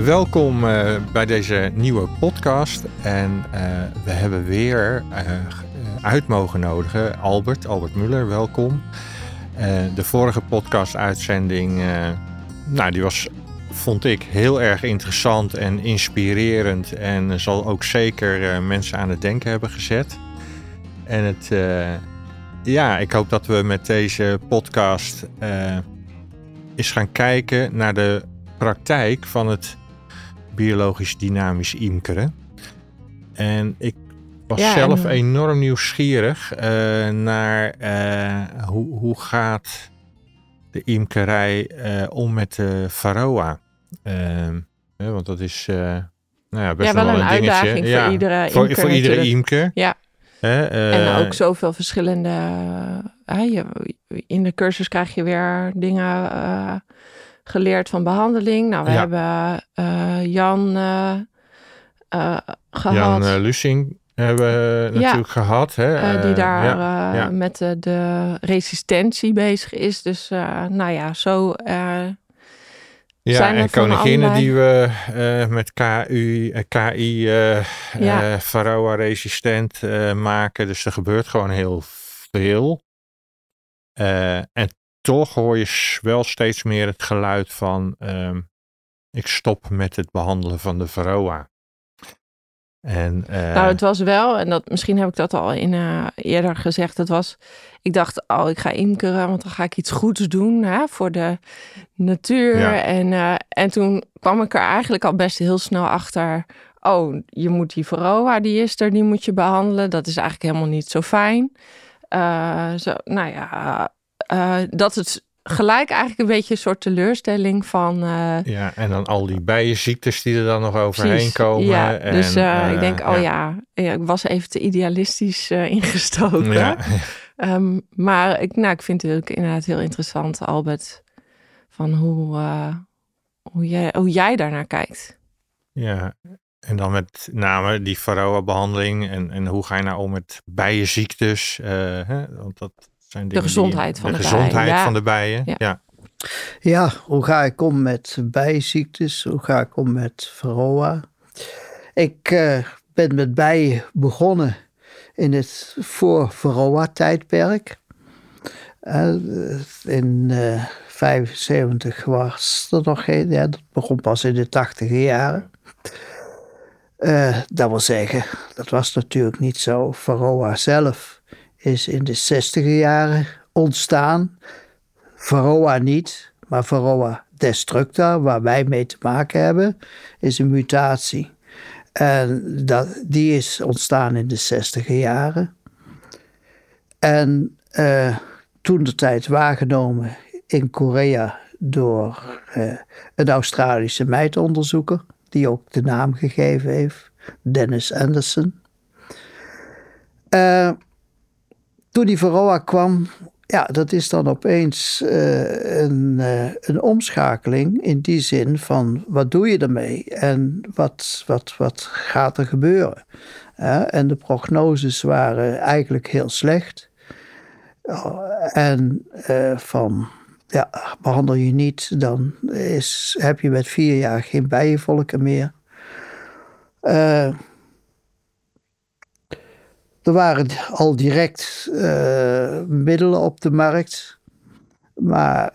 Welkom bij deze nieuwe podcast. En we hebben weer uit mogen nodigen Albert Muller, welkom. De vorige podcast-uitzending, die was, vond ik, heel erg interessant en inspirerend. En zal ook zeker mensen aan het denken hebben gezet. En ik hoop dat we met deze podcast eens gaan kijken naar de praktijk van het biologisch dynamisch imkeren. En ik was zelf enorm nieuwsgierig naar hoe gaat de imkerij om met de varroa. Want dat is best wel een uitdaging dingetje. Voor iedere imker. Voor iedere imker. Ja. En ook zoveel verschillende... in de cursus krijg je weer dingen geleerd van behandeling. Nou, we hebben Jan gehad. Jan Lussing hebben we natuurlijk gehad. Hè? Die daar met de resistentie bezig is. Dus zo... en koninginnen die we met KI varroa-resistent maken. Dus er gebeurt gewoon heel veel. En toch hoor je wel steeds meer het geluid van... ik stop met het behandelen van de varroa. Het was wel, en misschien heb ik dat al eerder gezegd. Ik dacht, ik ga imkeren, want dan ga ik iets goeds doen voor de natuur. Ja. En toen kwam ik er eigenlijk al best heel snel achter. Je moet die varroa, die is er, die moet je behandelen. Dat is eigenlijk helemaal niet zo fijn. Dat het gelijk eigenlijk een beetje een soort teleurstelling van... en dan al die bijenziektes die er dan nog overheen komen. Ja, dus ik denk, ik was even te idealistisch ingestoken. Ja. Maar ik vind het ook inderdaad heel interessant, Albert, van hoe jij daarnaar kijkt. Ja, en dan met name die varroa-behandeling en hoe ga je nou om met bijenziektes? Want dat zijn dingen de gezondheid van de bijen. Ja, hoe ga ik om met bijenziektes? Hoe ga ik om met varroa? Ik ben met bijen begonnen in het voor-varroa-tijdperk. In 75 was er nog geen. Ja, dat begon pas in de 80e jaren. Dat wil zeggen, dat was natuurlijk niet zo. Varroa zelf is in de 60e jaren ontstaan. Varroa niet, maar Varroa destructor, waar wij mee te maken hebben, is een mutatie. En die is ontstaan in de 60e jaren. En toen de tijd waargenomen in Korea door een Australische mijtonderzoeker, die ook de naam gegeven heeft, Dennis Anderson. Toen die varroa kwam, dat is dan opeens een omschakeling in die zin van wat doe je ermee en wat gaat er gebeuren? En de prognoses waren eigenlijk heel slecht. Behandel je niet, dan heb je met 4 jaar geen bijenvolken meer. Er waren al direct middelen op de markt. Maar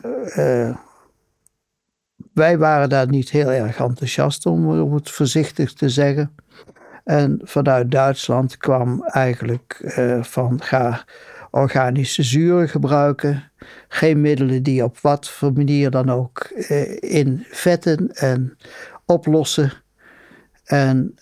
wij waren daar niet heel erg enthousiast om het voorzichtig te zeggen. En vanuit Duitsland kwam eigenlijk ga organische zuren gebruiken. Geen middelen die op wat voor manier dan ook in vetten en oplossen. En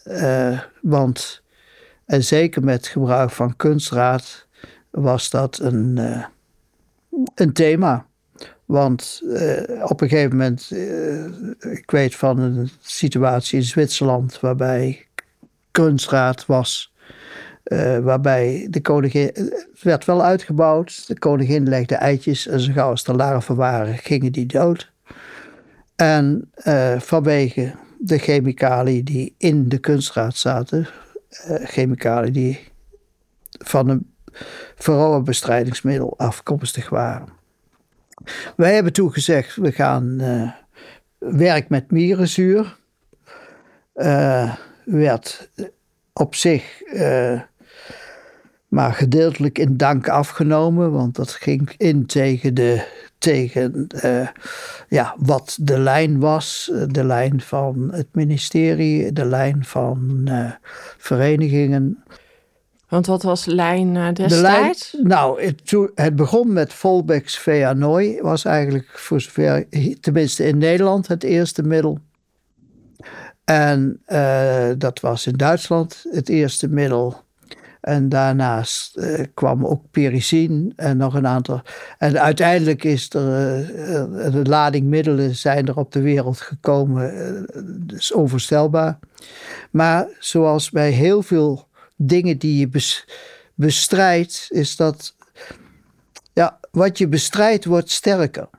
zeker met gebruik van kunstdraad was dat een thema. Want op een gegeven moment, ik weet van een situatie in Zwitserland waarbij kunstdraad was. Waarbij de koningin, het werd wel uitgebouwd, de koningin legde eitjes en zo gauw als er larven waren, gingen die dood. En vanwege de chemicaliën die in de kunstdraad zaten, chemicaliën die van een varroa-bestrijdingsmiddel afkomstig waren. Wij hebben toen gezegd, we gaan werk met mierenzuur. werd op zich maar gedeeltelijk in dank afgenomen. Want dat ging in tegen wat de lijn was. De lijn van het ministerie, de lijn van verenigingen. Want wat was lijn destijds? Het begon met Volbecks Veanooi. Was eigenlijk voor zover, tenminste in Nederland, het eerste middel. En dat was in Duitsland het eerste middel. En daarnaast kwam ook Perizin en nog een aantal. En uiteindelijk is er de lading middelen zijn er op de wereld gekomen. Dat is onvoorstelbaar. Maar zoals bij heel veel dingen die je bestrijdt, is dat wat je bestrijdt wordt sterker.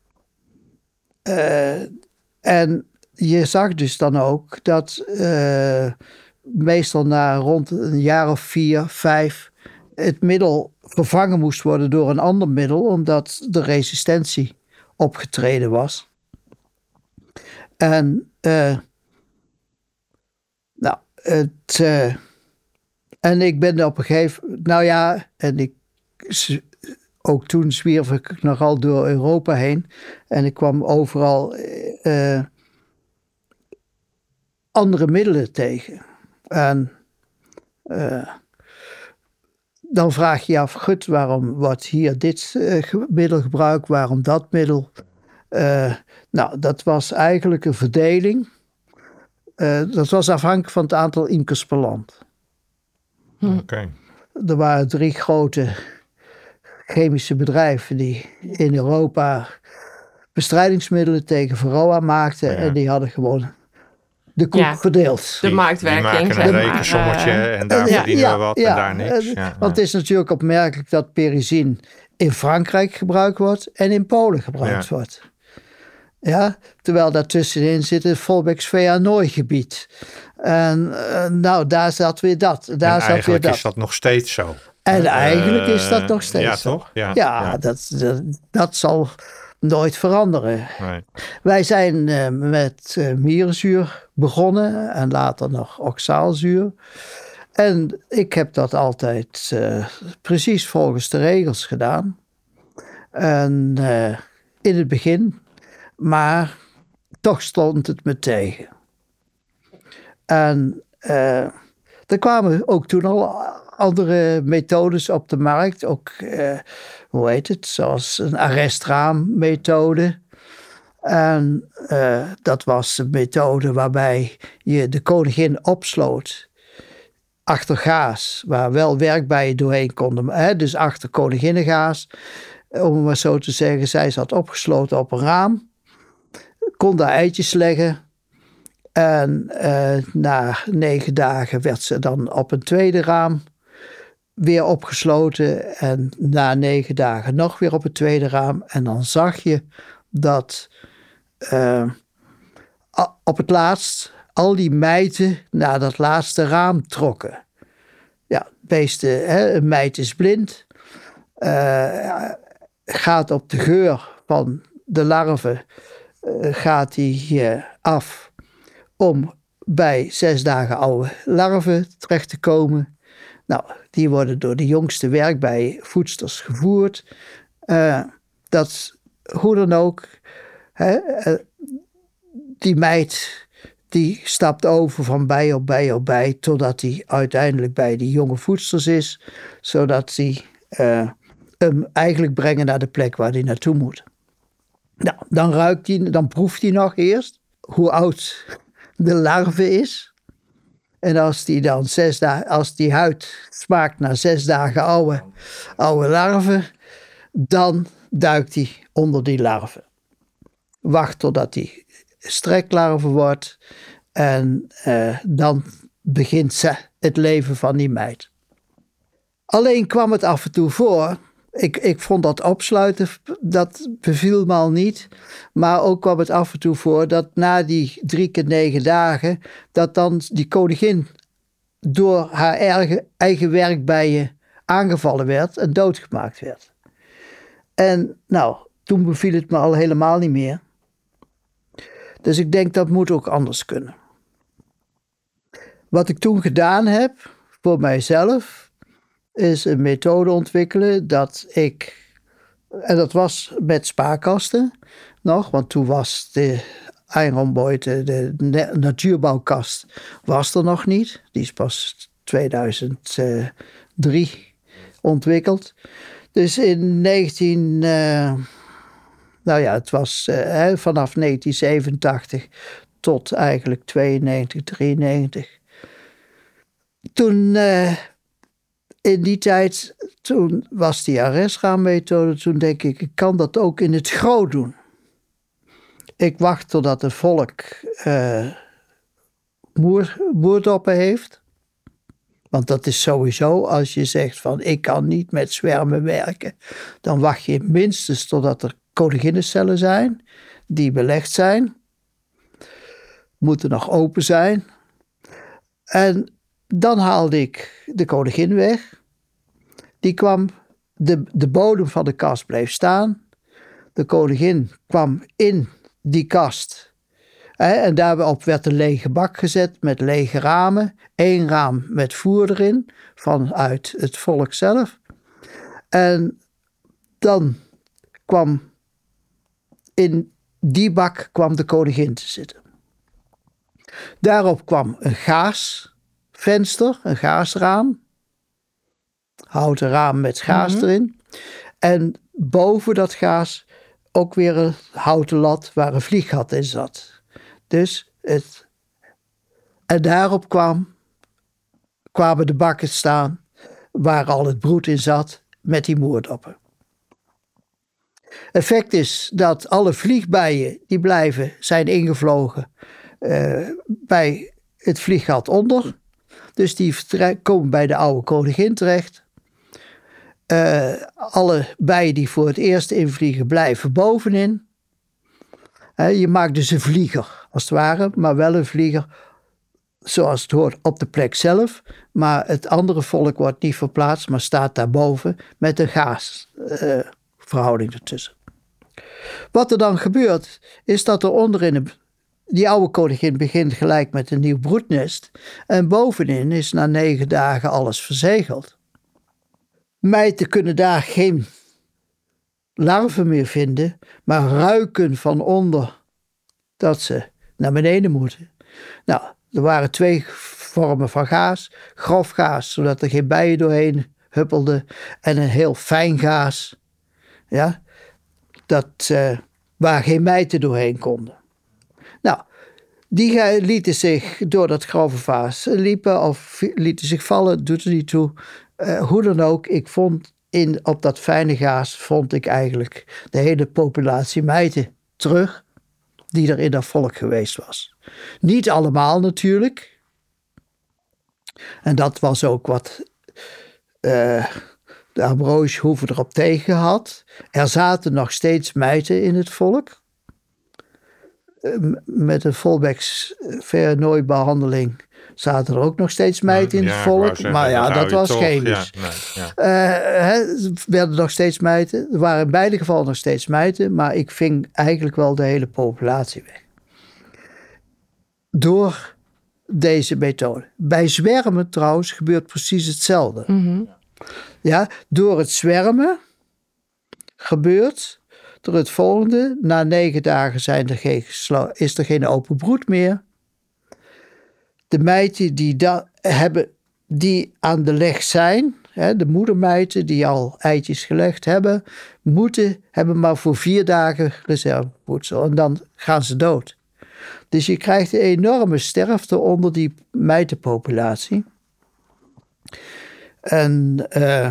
En je zag dus dan ook dat meestal na rond een jaar of 4, 5 het middel vervangen moest worden door een ander middel, omdat de resistentie opgetreden was. En en ik ben op een gegeven ook toen zwierf ik nogal door Europa heen en ik kwam overal andere middelen tegen. En dan vraag je je af, goed, waarom wordt hier dit middel gebruikt, waarom dat middel? Dat was eigenlijk een verdeling. Dat was afhankelijk van het aantal imkers per land. Okay. Er waren 3 grote chemische bedrijven die in Europa bestrijdingsmiddelen tegen varroa maakten. Ja. En die hadden gewoon de koek verdeeld. De marktwerking. Die maken een rekensommetje en daar verdienen we wat en daar niks. Want het is natuurlijk opmerkelijk dat Perizin in Frankrijk gebruikt wordt en in Polen gebruikt wordt. Ja, terwijl daartussenin zit het Volbecks Veanooi gebied. En daar zat weer dat. Daar zat eigenlijk weer dat. Is dat nog steeds zo. En eigenlijk is dat nog steeds zo. Toch? Ja. Dat zal nooit veranderen. Nee. Wij zijn met mierenzuur begonnen en later nog oxaalzuur. En ik heb dat altijd precies volgens de regels gedaan. En in het begin, maar toch stond het me tegen. En er kwamen ook toen al andere methodes op de markt. Ook, zoals een arrestraammethode. En dat was een methode waarbij je de koningin opsloot achter gaas, waar wel werkbijen doorheen konden. Dus achter koninginnengaas, om het maar zo te zeggen. Zij zat opgesloten op een raam, kon daar eitjes leggen. En na 9 dagen werd ze dan op een tweede raam weer opgesloten. En na 9 dagen nog weer op het tweede raam. En dan zag je dat op het laatst al die mijten naar dat laatste raam trokken. Ja, een mijt is blind. Gaat op de geur van de larve gaat die af om bij 6 dagen oude larven terecht te komen. Nou, die worden door de jongste werkbijenvoedsters gevoerd. Hoe dan ook, die meid die stapt over van bij op bij op bij, totdat hij uiteindelijk bij die jonge voedsters is, zodat die hem eigenlijk brengen naar de plek waar hij naartoe moet. Nou, dan proeft hij nog eerst hoe oud de larve is. En als die dan 6 dagen, als die huid smaakt naar 6 dagen oude larve, dan duikt hij onder die larve. Wacht totdat hij streklarve wordt en dan begint het leven van die meid. Alleen kwam het af en toe voor. Ik vond dat opsluiten, dat beviel me al niet. Maar ook kwam het af en toe voor dat na die 3 keer 9 dagen, dat dan die koningin door haar eigen werkbijen aangevallen werd en doodgemaakt werd. En toen beviel het me al helemaal niet meer. Dus ik denk dat moet ook anders kunnen. Wat ik toen gedaan heb voor mijzelf is een methode ontwikkelen dat ik, en dat was met spaarkasten nog, want toen was de Einromboid, de natuurbouwkast, was er nog niet. Die is pas 2003 ontwikkeld. Dus in het was vanaf 1987 tot eigenlijk 92, 93. Toen, in die tijd, toen was die arrestraammethode, toen denk ik kan dat ook in het groot doen. Ik wacht totdat het volk moerdoppen heeft. Want dat is sowieso, als je zegt van ik kan niet met zwermen werken, dan wacht je minstens totdat er koninginnencellen zijn, die belegd zijn. Moeten nog open zijn. En dan haalde ik de koningin weg. Die kwam, de bodem van de kast bleef staan. De koningin kwam in die kast. En daarop werd een lege bak gezet met lege ramen. 1 raam met voer erin vanuit het volk zelf. En dan kwam in die bak kwam de koningin te zitten. Daarop kwam een gaasvenster, een gaasraam. Houten raam met gaas erin. En boven dat gaas ook weer een houten lat waar een vlieggat in zat. Dus en daarop kwamen de bakken staan waar al het broed in zat met die moerdoppen. Effect is dat alle vliegbijen die zijn ingevlogen bij het vlieggat onder. Dus die komen bij de oude koningin terecht. Alle bijen die voor het eerst invliegen blijven bovenin. Je maakt dus een vlieger, als het ware, maar wel een vlieger zoals het hoort op de plek zelf. Maar het andere volk wordt niet verplaatst, maar staat daarboven met een gaasverhouding ertussen. Wat er dan gebeurt, is dat er onderin die oude koningin begint gelijk met een nieuw broednest. En bovenin is na 9 dagen alles verzegeld. Meiden kunnen daar geen larven meer vinden, maar ruiken van onder dat ze naar beneden moeten. Nou, er waren 2 vormen van gaas. Grof gaas, zodat er geen bijen doorheen huppelden. En een heel fijn gaas. Ja, waar geen mijten doorheen konden. Nou, die lieten zich door dat grove vaas liepen of lieten zich vallen, doet er niet toe. Hoe dan ook, ik vond op dat fijne gaas vond ik eigenlijk de hele populatie mijten terug die er in dat volk geweest was. Niet allemaal natuurlijk. En dat was ook wat de Ambroishoeve erop tegen had. Er zaten nog steeds mijten in het volk. Met een Volbecks vernooibehandeling zaten er ook nog steeds mijten in het volk. Maar ja, dat was chemisch. Werden nog steeds mijten. Er waren in beide gevallen nog steeds mijten. Maar ik ving eigenlijk wel de hele populatie weg. Door deze methode. Bij zwermen trouwens gebeurt precies hetzelfde. Mm-hmm. Ja, door het zwermen gebeurt er het volgende. Na 9 dagen is er geen open broed meer. De mijten die aan de leg zijn, de moedermijten die al eitjes gelegd hebben maar voor 4 dagen reservevoedsel. En dan gaan ze dood. Dus je krijgt een enorme sterfte onder die mijtenpopulatie. En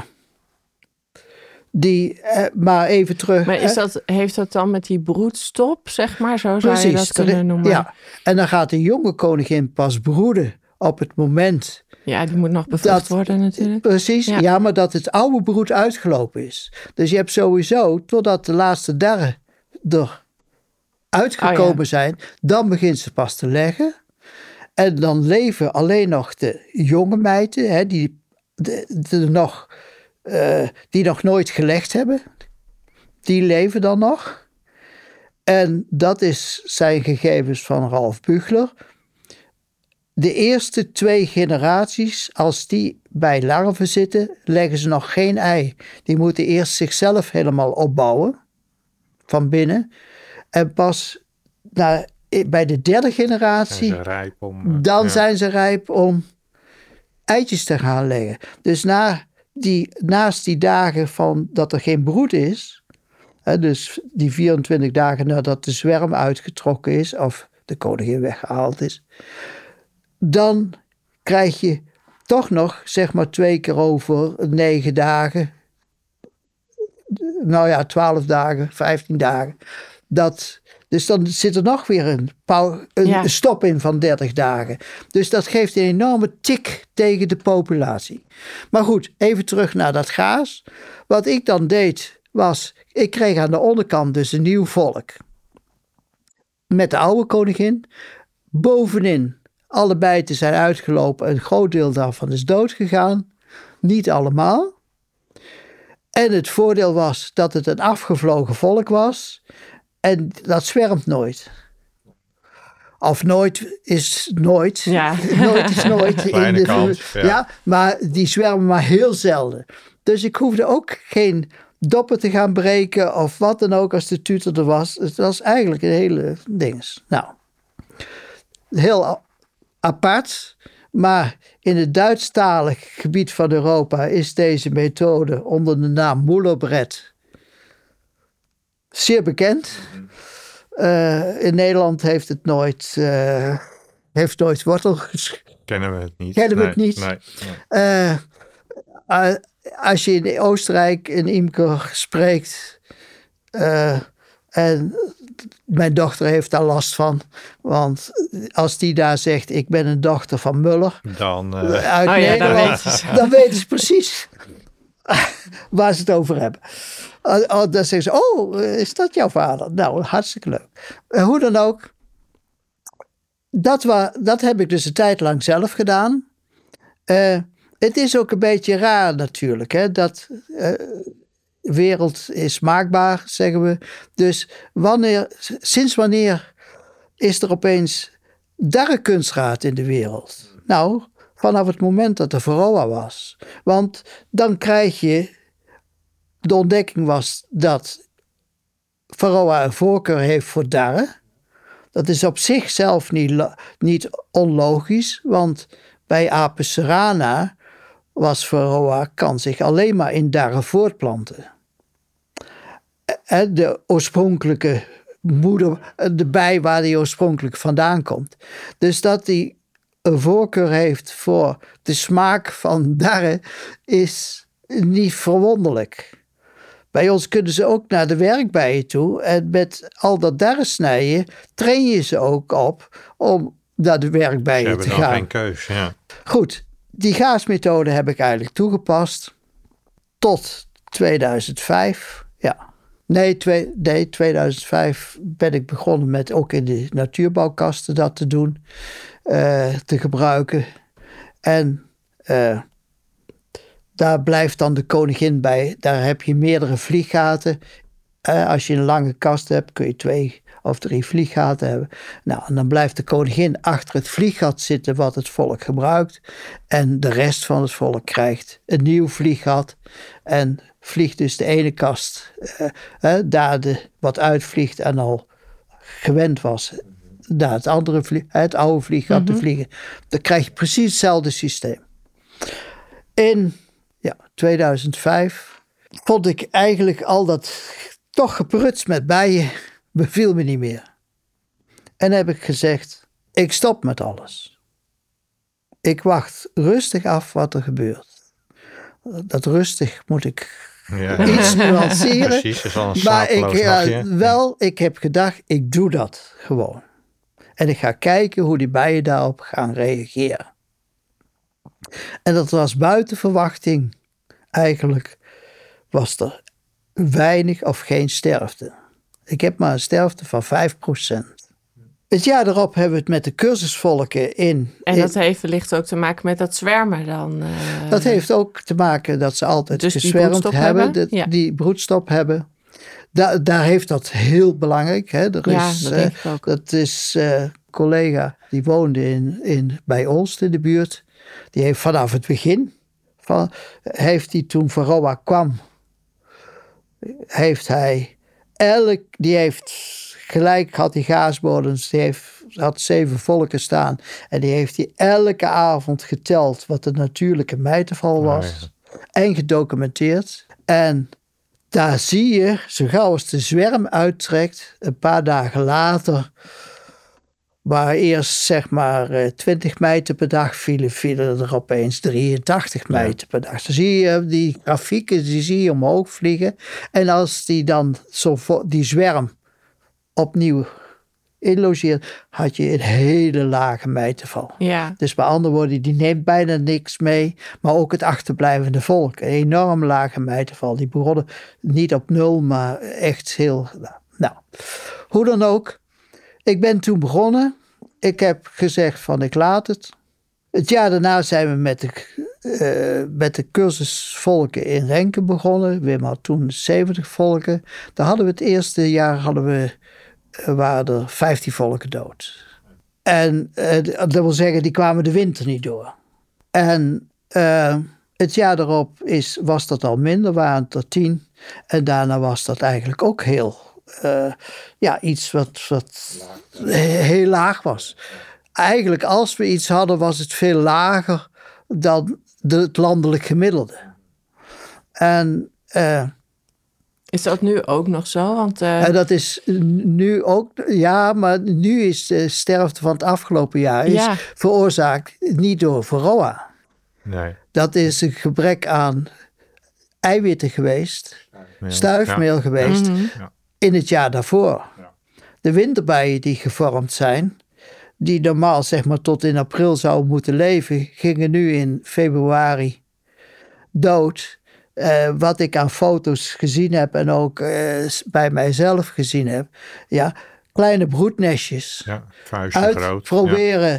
maar even terug. Maar heeft dat dan met die broedstop, zeg maar? Zo zou je dat kunnen noemen? Ja, en dan gaat de jonge koningin pas broeden op het moment. Ja, die moet nog bevrucht worden natuurlijk. Precies, ja, maar dat het oude broed uitgelopen is. Dus je hebt sowieso, totdat de laatste darren er uitgekomen zijn, dan begint ze pas te leggen. En dan leven alleen nog de jonge meiden, die nog nooit gelegd hebben. Die leven dan nog. En dat zijn gegevens van Ralf Buchler. de eerste 2 generaties, als die bij larven zitten, leggen ze nog geen ei. Die moeten eerst zichzelf helemaal opbouwen, van binnen. En pas bij de 3e generatie, zijn ze rijp om eitjes te gaan leggen. Dus naast die dagen van dat er geen broed is, dus die 24 dagen nadat de zwerm uitgetrokken is, of de koningin weggehaald is, dan krijg je toch nog, zeg maar 2 keer over 9 dagen, 12 dagen, 15 dagen. Dus dan zit er nog weer een stop in van 30 dagen. Dus dat geeft een enorme tik tegen de populatie. Maar goed, even terug naar dat gaas. Wat ik dan deed was, ik kreeg aan de onderkant dus een nieuw volk. Met de oude koningin. Bovenin alle bijten zijn uitgelopen. Een groot deel daarvan is doodgegaan. Niet allemaal. En het voordeel was dat het een afgevlogen volk was. En dat zwermt nooit. Of nooit is nooit. Ja. Nooit is nooit. Maar die zwermen maar heel zelden. Dus ik hoefde ook geen doppen te gaan breken of wat dan ook als de tutor er was. Het was eigenlijk een hele ding. Nou, heel apart. Maar in het Duitsstalig gebied van Europa is deze methode onder de naam Mullerbret zeer bekend. In Nederland heeft het nooit wortel Kennen we het niet. Nee. Als je in Oostenrijk een imker spreekt, en mijn dochter heeft daar last van, want als die daar zegt, ik ben een dochter van Muller, uit Nederland, dan weten ze precies waar ze het over hebben. Dan zeggen ze, is dat jouw vader? Nou, hartstikke leuk. Hoe dan ook, dat heb ik dus een tijd lang zelf gedaan. Het is ook een beetje raar natuurlijk, hè, dat wereld is maakbaar, zeggen we. Dus sinds wanneer is er opeens darrekunstraad in de wereld? Nou, vanaf het moment dat er Varroa was. Want dan krijg je, de ontdekking was dat Varroa een voorkeur heeft voor darren. Dat is op zichzelf niet onlogisch, want bij Apis cerana was Varroa kan zich alleen maar in darren voortplanten. De oorspronkelijke moeder, de bij waar die oorspronkelijk vandaan komt. Dus dat hij een voorkeur heeft voor de smaak van darren is niet verwonderlijk. Bij ons kunnen ze ook naar de werkbijen toe. En met al dat darren snijden train je ze ook op om naar de werkbijen te gaan. Ze hebben nog geen keus, ja. Goed, die gaasmethode heb ik eigenlijk toegepast tot 2005. Ja. Nee, 2005 ben ik begonnen met ook in de natuurbouwkasten dat te doen, te gebruiken. En daar blijft dan de koningin bij. Daar heb je meerdere vlieggaten. Als je een lange kast hebt, kun je 2 of 3 vlieggaten hebben. Nou, en dan blijft de koningin achter het vlieggat zitten wat het volk gebruikt. En de rest van het volk krijgt een nieuw vlieggat. En vliegt dus de ene kast daar wat uitvliegt en al gewend was naar het oude vlieggat te vliegen. Dan krijg je precies hetzelfde systeem. In 2005 vond ik eigenlijk al dat toch gepruts met bijen beviel me niet meer. En heb ik gezegd, ik stop met alles. Ik wacht rustig af wat er gebeurt. Dat rustig moet ik iets nuanceren. Precies, is al een slapeloos nachtje. Ik heb gedacht, ik doe dat gewoon. En ik ga kijken hoe die bijen daarop gaan reageren. En dat was buiten verwachting. Eigenlijk was er weinig of geen sterfte. Ik heb maar een sterfte van 5%. Het jaar erop hebben we het met de cursusvolken in. En dat heeft wellicht ook te maken met dat zwermen dan? Dat heeft ook te maken dat ze altijd dus gezwermd hebben. Die broedstop hebben. Daar heeft dat heel belangrijk. Hè. Dat denk ik ook. Dat is collega, die woonde bij Olst in de buurt. Die heeft vanaf het begin, heeft hij toen Varroa kwam, had die gaasbodems, had 7 volken staan. En die heeft hij elke avond geteld wat de natuurlijke mijtenval was. En gedocumenteerd. En daar zie je, zo gauw als de zwerm uittrekt, een paar dagen later, waar eerst zeg maar 20 mijten per dag vielen er opeens 83 mijten per dag. Dan zie je die grafieken, die zie je omhoog vliegen. En als die dan die zwerm opnieuw inlogeert, had je een hele lage mijtenval. Ja. Dus met andere woorden, die neemt bijna niks mee, maar ook het achterblijvende volk. Een enorm lage mijtenval. Die begonnen niet op 0, maar echt heel... Nou, hoe dan ook. Ik ben toen begonnen. Ik heb gezegd van ik laat het. Het jaar daarna zijn we met de cursus volken in Renken begonnen. Wim had toen 70 volken. Daar hadden we het eerste jaar waren er 15 volken dood. En dat wil zeggen, die kwamen de winter niet door. En het jaar daarop was dat al minder, waren het er 10. En daarna was dat eigenlijk ook iets wat heel laag was. Eigenlijk als we iets hadden, was het veel lager dan het landelijk gemiddelde. En... is dat nu ook nog zo? Want, dat is nu ook... Ja, maar nu is de sterfte van het afgelopen jaar veroorzaakt niet door Varroa. Nee. Dat is een gebrek aan eiwitten geweest. Stuifmeel geweest. Mm-hmm. In het jaar daarvoor. Ja. De winterbijen die gevormd zijn, die normaal zeg maar tot in april zouden moeten leven, gingen nu in februari dood. Wat ik aan foto's gezien heb en ook bij mijzelf gezien heb. Ja, kleine broednestjes. Ja, vuistje groot. Proberen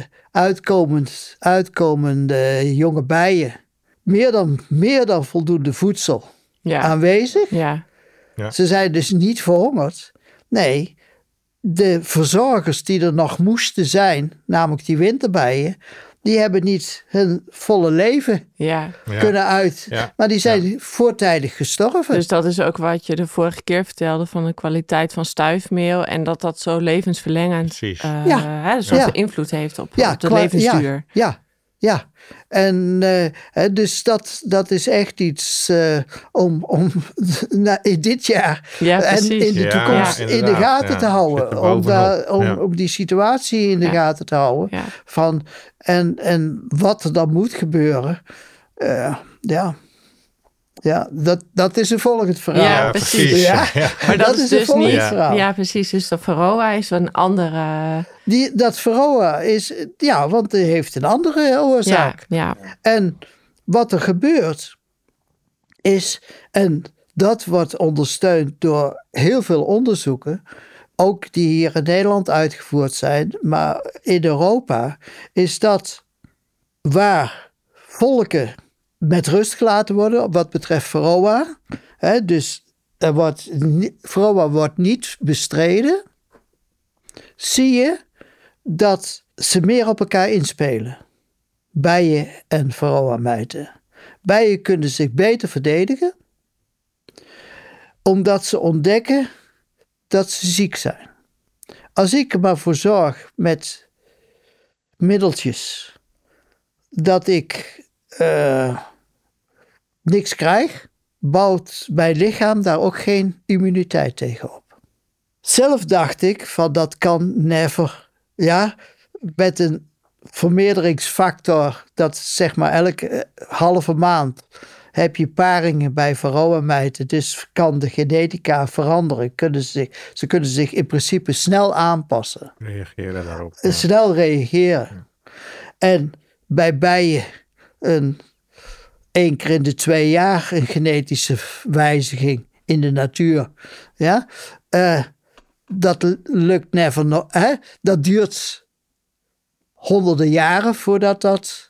uitkomende jonge bijen. Meer dan voldoende voedsel aanwezig. Ja. Ja. Ze zijn dus niet verhongerd. Nee, de verzorgers die er nog moesten zijn, namelijk die winterbijen, die hebben niet hun volle leven kunnen uit. Ja. Maar die zijn voortijdig gestorven. Dus dat is ook wat je de vorige keer vertelde van de kwaliteit van stuifmeel. En dat zo levensverlengend zoveel invloed heeft op de levensduur. Ja. En dus dat is echt iets om in dit jaar en in de toekomst in de gaten te houden. Om die situatie in de gaten te houden. Ja. En wat er dan moet gebeuren. Ja, dat is een volgend verhaal. Ja, precies. Ja. Maar dat is dus een volgend verhaal. Ja, precies. Dus dat Varroa is een andere... Dat Varroa is... Ja, want die heeft een andere oorzaak. Ja. En wat er gebeurt is... En dat wordt ondersteund door heel veel onderzoeken... Ook die hier in Nederland uitgevoerd zijn... Maar in Europa is dat waar volken... met rust gelaten worden wat betreft Varroa. Dus Varroa wordt niet bestreden. Zie je dat ze meer op elkaar inspelen. Bijen en Varroa-mijten. Bijen kunnen zich beter verdedigen. Omdat ze ontdekken dat ze ziek zijn. Als ik er maar voor zorg met middeltjes. Dat ik... niks krijg, bouwt mijn lichaam daar ook geen immuniteit tegen op. Zelf dacht ik van dat kan never, met een vermeerderingsfactor dat zeg maar elke halve maand heb je paringen bij Varroa-mijten, dus kan de genetica veranderen. Ze kunnen zich in principe snel aanpassen. Reageren daarop. Snel reageren. Ja. En bij bijen 1 keer in de 2 jaar een genetische wijziging in de natuur. Ja? Dat lukt never. Dat duurt honderden jaren voordat dat...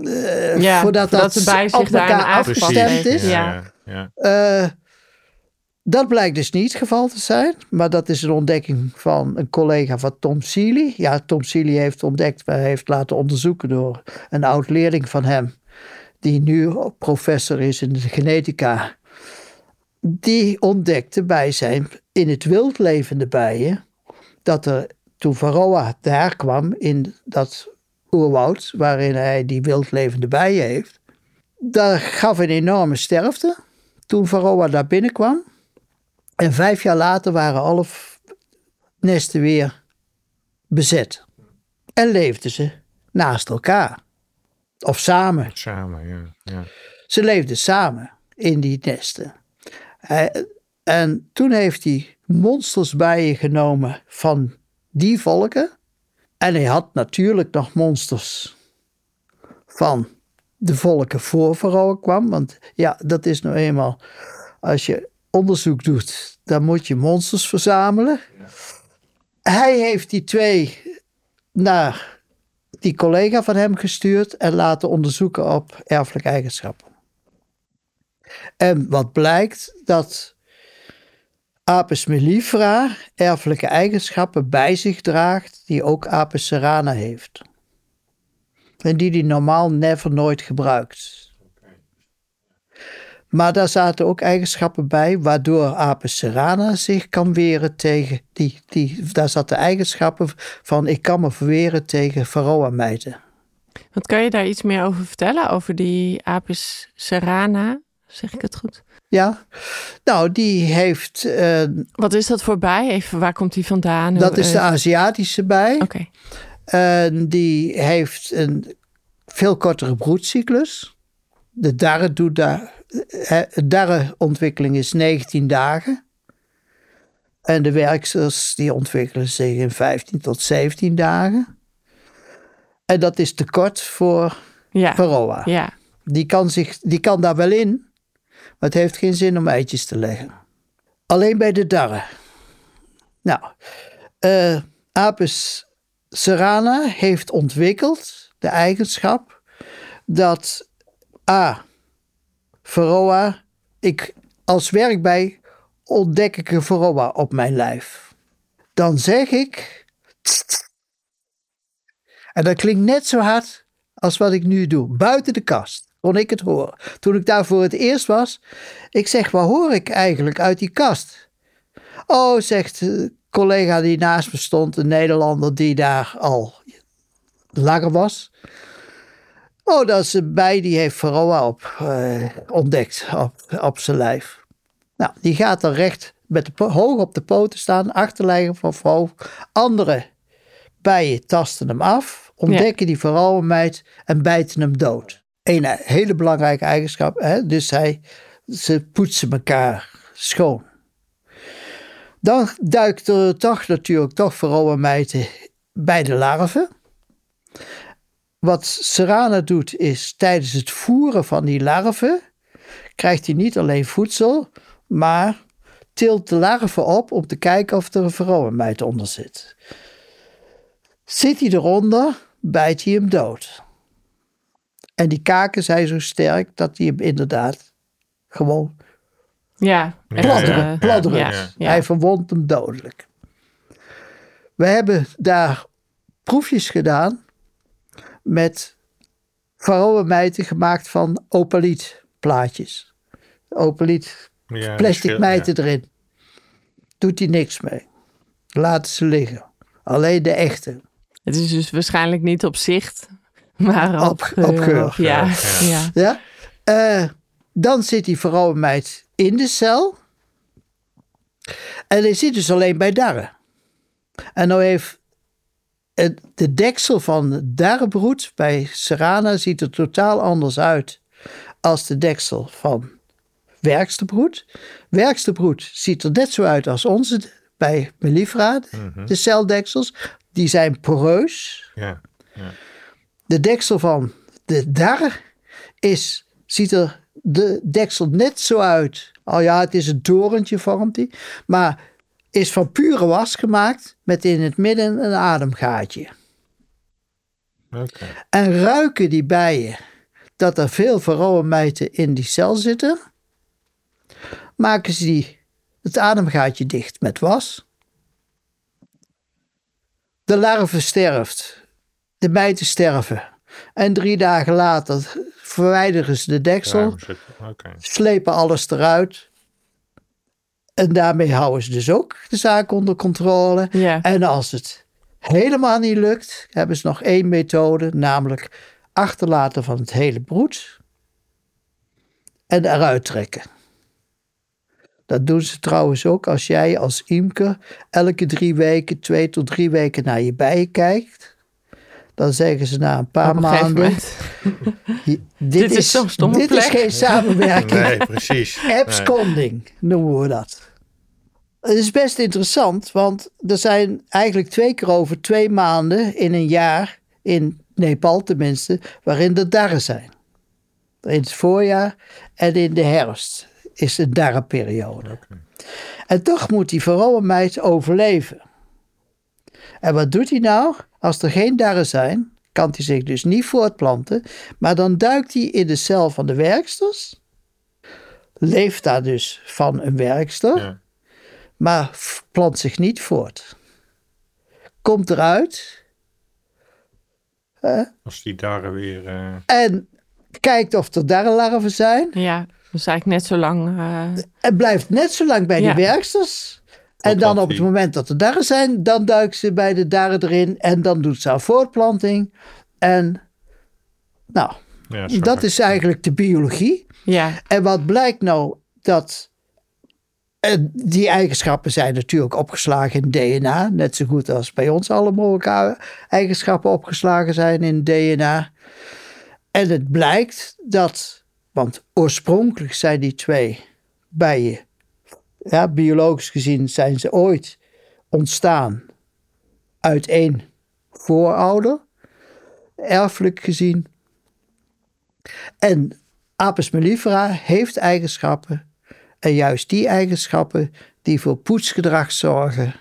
voordat de bij zich op elkaar afgestemd is. Ja. Dat blijkt dus niet het geval te zijn. Maar dat is een ontdekking van een collega van Tom Seeley. Ja, Tom Seeley heeft ontdekt, hij heeft laten onderzoeken door een oud-leerling van hem. Die nu professor is in de genetica. Die ontdekte in het wild levende bijen. Dat er toen Varroa daar kwam in dat oerwoud. Waarin hij die wild levende bijen heeft. Dat gaf een enorme sterfte. Toen Varroa daar binnenkwam. En 5 jaar later waren alle nesten weer bezet. En leefden ze naast elkaar. Of samen. Samen, ja. Ze leefden samen in die nesten. En toen heeft hij monstersbijen genomen van die volken. En hij had natuurlijk nog monsters van de volken voor Varroa kwam. Want ja, dat is nou eenmaal, als je onderzoek doet, dan moet je monsters verzamelen. Ja. Hij heeft die 2 naar die collega van hem gestuurd en laten onderzoeken op erfelijke eigenschappen. En wat blijkt, dat Apis mellifera erfelijke eigenschappen bij zich draagt die ook Apis cerana heeft. En die normaal nooit gebruikt. Maar daar zaten ook eigenschappen bij waardoor Apis cerana zich kan weren tegen daar zaten eigenschappen van ik kan me verweren tegen Varroa-mijten. Wat kan je daar iets meer over vertellen? Over die Apis cerana, zeg ik het goed? Ja, nou die heeft... Wat is dat voor bij? Even, waar komt die vandaan? Dat is de Aziatische bij. Oké. Die heeft een veel kortere broedcyclus. De darrenontwikkeling is 19 dagen. En de werksters die ontwikkelen zich in 15 tot 17 dagen. En dat is te kort voor Varroa. Ja. Die kan daar wel in. Maar het heeft geen zin om eitjes te leggen. Alleen bij de darren. Nou, Apis cerana heeft ontwikkeld de eigenschap dat Varroa, als werkbij ontdek ik een Varroa op mijn lijf. Dan zeg ik, tst, en dat klinkt net zo hard als wat ik nu doe. Buiten de kast kon ik het horen. Toen ik daar voor het eerst was, ik zeg, wat hoor ik eigenlijk uit die kast? Oh, zegt de collega die naast me stond, een Nederlander die daar al langer was. Oh, dat is een bij die heeft Varroa ontdekt op zijn lijf. Nou, die gaat dan recht hoog op de poten staan, achterleggen van vrouw. Andere bijen tasten hem af, ontdekken die Varroa-mijt en bijten hem dood. Een hele belangrijke eigenschap, hè? Dus ze poetsen elkaar schoon. Dan duikt er toch Varroa-mijten bij de larven. Wat cerana doet is, tijdens het voeren van die larven krijgt hij niet alleen voedsel, maar tilt de larven op om te kijken of er een Varroa-mijt onder zit. Zit hij eronder, bijt hij hem dood. En die kaken zijn zo sterk dat hij hem inderdaad gewoon pladdert. Ja. Hij verwondt hem dodelijk. We hebben daar proefjes gedaan met Varroa-mijten gemaakt van opalietplaatjes. Opaliet, plastic mijten erin. Doet hij niks mee. Laten ze liggen. Alleen de echte. Het is dus waarschijnlijk niet op zicht, maar op geur. Ja. Dan zit die Varroa-mijt in de cel. En hij zit dus alleen bij darren. En nou heeft de deksel van de darrenbroed bij cerana ziet er totaal anders uit als de deksel van werksterbroed. Werksterbroed ziet er net zo uit als onze bij mellifera, de celdeksels. Die zijn poreus. Ja. De deksel van de darre ziet er de deksel net zo uit. Oh ja, het is een torentje vormt die, maar is van pure was gemaakt met in het midden een ademgaatje. Okay. En ruiken die bijen dat er veel Varroa-mijten in die cel zitten, maken ze die het ademgaatje dicht met was. De larve sterft. De bijten sterven. En 3 dagen later verwijderen ze de deksel. Slepen alles eruit. En daarmee houden ze dus ook de zaak onder controle. Ja. En als het helemaal niet lukt, hebben ze nog 1 methode, namelijk achterlaten van het hele broed en eruit trekken. Dat doen ze trouwens ook als jij als imker elke 3 weken, 2 tot 3 weken naar je bijen kijkt. Dan zeggen ze na een paar maanden... Dit is zo'n stomme plek. Dit is geen samenwerking. Nee, precies. Absconding noemen we dat. Het is best interessant, want er zijn eigenlijk 2 keer over 2 maanden in een jaar, in Nepal tenminste, waarin er darren zijn. In het voorjaar en in de herfst is een darrenperiode. Okay. En toch moet die varroa-mijt overleven. En wat doet hij nou? Als er geen darren zijn, kan hij zich dus niet voortplanten, maar dan duikt hij in de cel van de werksters, leeft daar dus van een werkster, ja, maar plant zich niet voort. Komt eruit. Als die darren weer... En kijkt of er darrenlarven zijn. Ja, dus eigenlijk net zo lang... Het blijft net zo lang bij die werksters. En dan op het moment dat er darren zijn, dan duikt ze bij de darren erin en dan doet ze haar voortplanting. En nou, dat is eigenlijk de biologie. Ja. En wat blijkt nou, dat die eigenschappen zijn natuurlijk opgeslagen in DNA. Net zo goed als bij ons alle mogelijke eigenschappen opgeslagen zijn in DNA. En het blijkt dat, want oorspronkelijk zijn die 2 bijen, ja, biologisch gezien zijn ze ooit ontstaan uit 1 voorouder, erfelijk gezien. En Apis mellifera heeft eigenschappen, en juist die eigenschappen die voor poetsgedrag zorgen,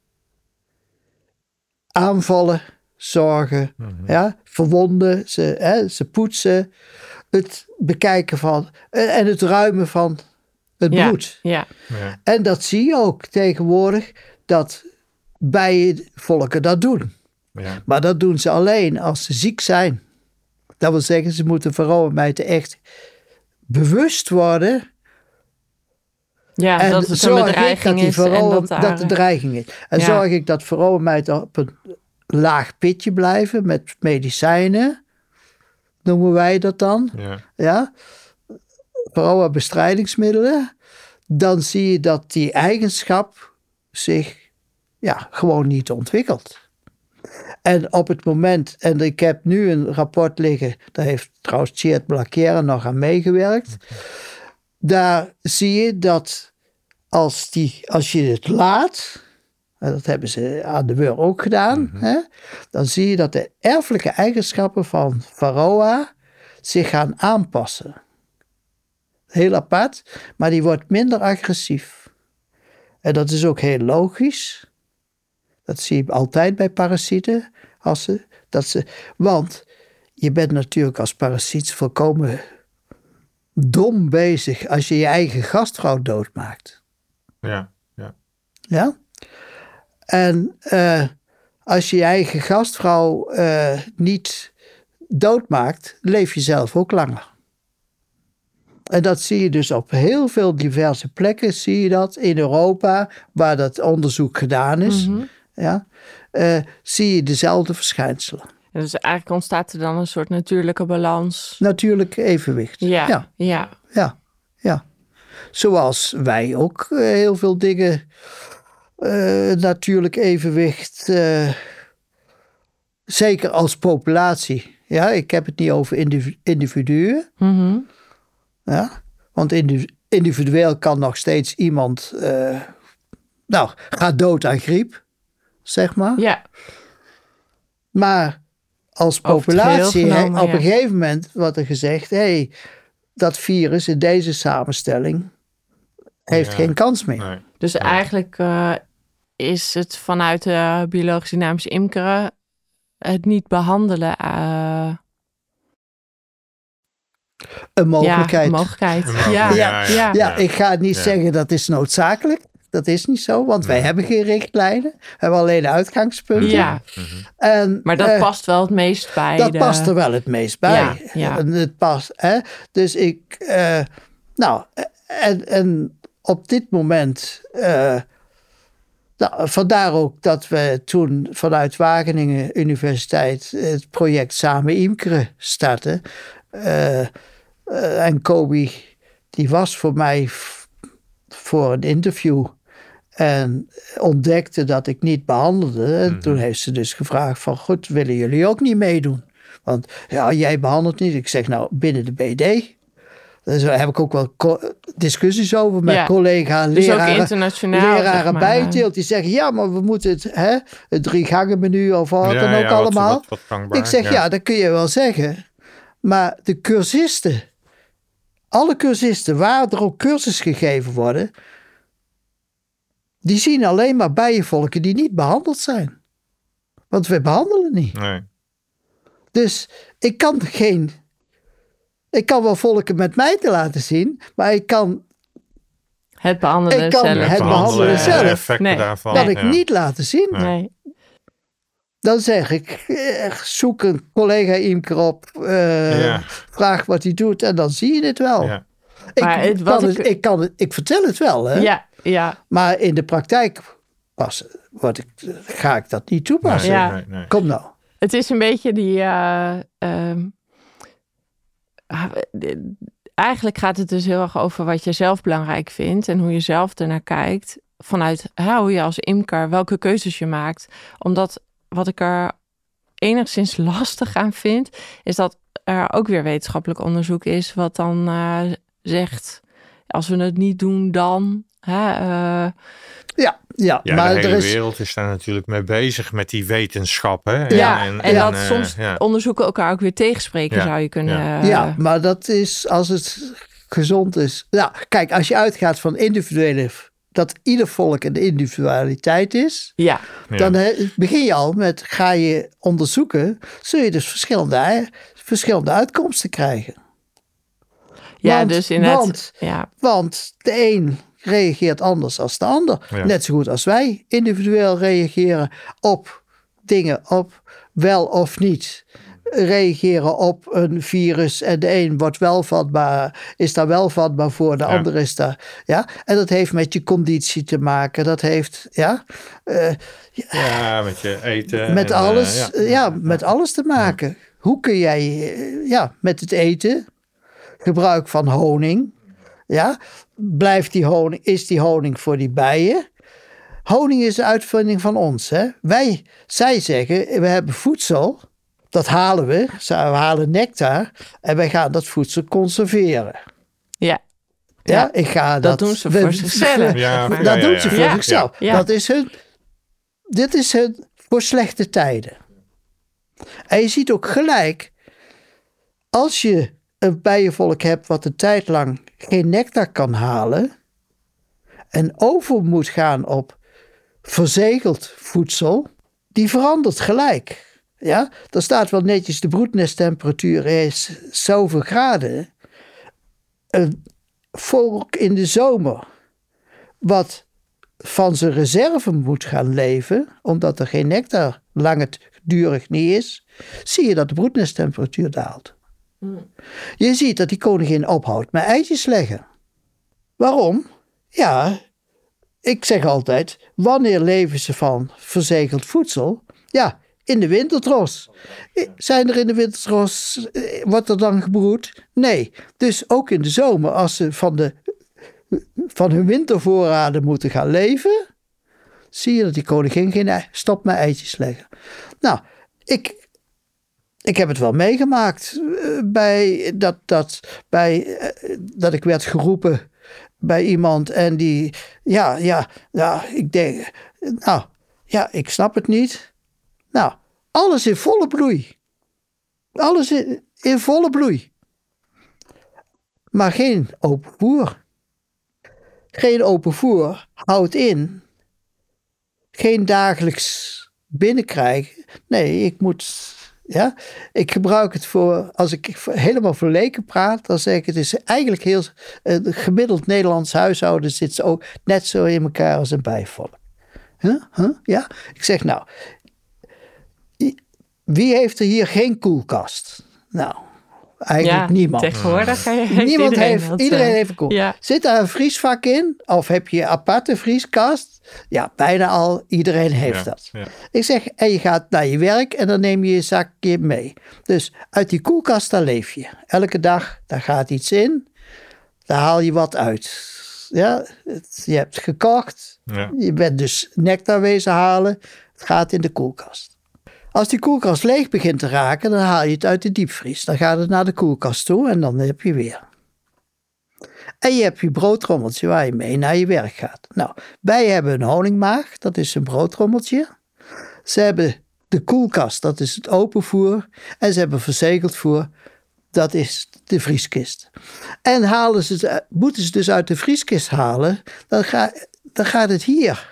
aanvallen zorgen, ja, verwonden, ze poetsen, het bekijken van en het ruimen van het bloed. Ja. En dat zie je ook tegenwoordig, dat bijenvolken dat doen. Ja. Maar dat doen ze alleen als ze ziek zijn. Dat wil zeggen, ze moeten varroa-mijten echt bewust worden. Ja, en dat het een bedreiging is. Dat de dreiging is. En zorg ik dat varroa-mijten op een laag pitje blijven met medicijnen. Noemen wij dat dan. Ja? Varroa-bestrijdingsmiddelen. Dan zie je dat die eigenschap zich gewoon niet ontwikkelt. En op het moment, en ik heb nu een rapport liggen, daar heeft trouwens Tjeerd Blakera nog aan meegewerkt. Daar zie je dat als je het laat, en dat hebben ze aan de Wur ook gedaan, dan zie je dat de erfelijke eigenschappen van varroa zich gaan aanpassen. Heel apart, maar die wordt minder agressief. En dat is ook heel logisch. Dat zie je altijd bij parasieten. Want je bent natuurlijk als parasiet volkomen dom bezig als je je eigen gastvrouw doodmaakt. Ja? En als je je eigen gastvrouw niet doodmaakt, leef je zelf ook langer. En dat zie je dus op heel veel diverse plekken, zie je dat in Europa, waar dat onderzoek gedaan is. Ja, zie je dezelfde verschijnselen. En dus eigenlijk ontstaat er dan een soort natuurlijke balans. Natuurlijk evenwicht. Ja. Zoals wij ook heel veel dingen natuurlijk evenwicht, zeker als populatie. Ja, ik heb het niet over individuen. Ja, want individueel kan nog steeds iemand gaat dood aan griep, zeg maar. Ja. Maar als populatie, op een gegeven moment wordt er gezegd, dat virus in deze samenstelling heeft geen kans meer. Nee. Dus eigenlijk is het vanuit de biologische dynamische imkeren het niet behandelen een mogelijkheid. Ja, een mogelijkheid. Ja, ik ga niet zeggen dat is noodzakelijk. Dat is niet zo, want wij hebben geen richtlijnen. We hebben alleen uitgangspunten. Ja. Maar dat past wel het meest bij. Dat past er wel het meest bij. Ja. En het past, hè? Dus en op dit moment... vandaar ook dat we toen vanuit Wageningen Universiteit het project Samen Imkeren starten. En Kobi, die was voor mij voor een interview en ontdekte dat ik niet behandelde. En toen heeft ze dus gevraagd van, goed, willen jullie ook niet meedoen? Want ja, jij behandelt niet. Ik zeg nou, binnen de BD. Dus daar heb ik ook wel discussies over met collega-leraren. Dus ook internationaal. Leraren bijteelt die zeggen, ja, maar we moeten het 3-gangen menu of wat dan ook allemaal. Wat gangbaar, ik zeg, ja, dat kun je wel zeggen. Maar de cursisten, alle cursisten waar er ook cursus gegeven worden, die zien alleen maar bijenvolken die niet behandeld zijn. Want wij behandelen niet. Nee. Dus ik kan wel volken met mij te laten zien, maar ik kan het behandelen zelf. Effecten daarvan. Dat ik niet laten zien. Nee. Dan zeg ik, zoek een collega imker op, vraag wat hij doet en dan zie je het wel. Ja. Ik vertel het wel, hè? Ja. Maar in de praktijk ga ik dat niet toepassen. Nee. Kom nou. Het is een beetje die... eigenlijk gaat het dus heel erg over wat je zelf belangrijk vindt en hoe je zelf ernaar kijkt. Vanuit hoe je als imker, welke keuzes je maakt. Omdat wat ik er enigszins lastig aan vind, is dat er ook weer wetenschappelijk onderzoek is wat dan zegt, als we het niet doen, dan... maar de hele wereld is daar natuurlijk mee bezig met die wetenschap. Hè? En dat soms onderzoeken elkaar ook weer tegenspreken, zou je kunnen... Ja, maar dat is als het gezond is. Nou, kijk, als je uitgaat van dat ieder volk een individualiteit is, dan begin je al met, ga je onderzoeken, zul je dus verschillende uitkomsten krijgen. Want de een reageert anders dan de ander. Ja. Net zo goed als wij individueel reageren op dingen, op wel of niet. Reageren op een virus en de een wordt wel vatbaar, is daar wel vatbaar voor, de ander is daar. Ja? En dat heeft met je conditie te maken. Dat heeft, met je eten. Met alles, met alles te maken. Ja. Hoe kun jij, met het eten, gebruik van honing, is die honing voor die bijen? Honing is de uitvinding van ons. Hè? Zij zeggen, we hebben voedsel, dat halen we. We halen nectar en wij gaan dat voedsel conserveren. Dat doen ze voor zichzelf. Dat doen ze voor zichzelf. Ja. Dit is hun voor slechte tijden. En je ziet ook gelijk, als je een bijenvolk hebt wat een tijd lang geen nectar kan halen en over moet gaan op verzegeld voedsel, die verandert gelijk. Ja, daar staat wel netjes, de broednesttemperatuur is zoveel graden. Een volk in de zomer wat van zijn reserve moet gaan leven, omdat er geen nectar langdurig niet is, zie je dat de broednesttemperatuur daalt. Je ziet dat die koningin ophoudt met eitjes leggen. Waarom? Ja, ik zeg altijd, wanneer leven ze van verzegeld voedsel? Ja, in de wintertros. Zijn er in de wintertros, wordt er dan gebroed? Nee. Dus ook in de zomer, als ze van hun wintervoorraden moeten gaan leven, zie je dat die koningin geen stop met eitjes leggen. Nou, ik heb het wel meegemaakt dat ik werd geroepen bij iemand en die, ik denk, ik snap het niet. Nou, alles in volle bloei. Alles in volle bloei. Maar geen open voer. Geen open voer houdt in. Geen dagelijks binnenkrijgen. Nee, ik moet Ja, ik gebruik het als ik helemaal voor leken praat, dan zeg ik het is eigenlijk heel, gemiddeld Nederlands huishouden zit ook net zo in elkaar als een bijvolk. Ja, ik zeg nou, wie heeft er hier geen koelkast? Nou, eigenlijk niemand. Tegenwoordig iedereen heeft een koelkast. Ja. Zit daar een vriesvak in? Of heb je een aparte vrieskast? Ja, bijna al iedereen heeft dat. Ja. Ik zeg, en je gaat naar je werk en dan neem je je zakje mee. Dus uit die koelkast, daar leef je. Elke dag, daar gaat iets in. Daar haal je wat uit. Ja, je hebt gekocht. Ja. Je bent dus nectar wezen halen. Het gaat in de koelkast. Als die koelkast leeg begint te raken, dan haal je het uit de diepvries. Dan gaat het naar de koelkast toe en dan heb je weer. En je hebt je broodrommeltje waar je mee naar je werk gaat. Nou, bijen hebben een honingmaag, dat is een broodrommeltje. Ze hebben de koelkast, dat is het open voer. En ze hebben verzegeld voer, dat is de vrieskist. En moeten ze dus uit de vrieskist halen, dan gaat het hier.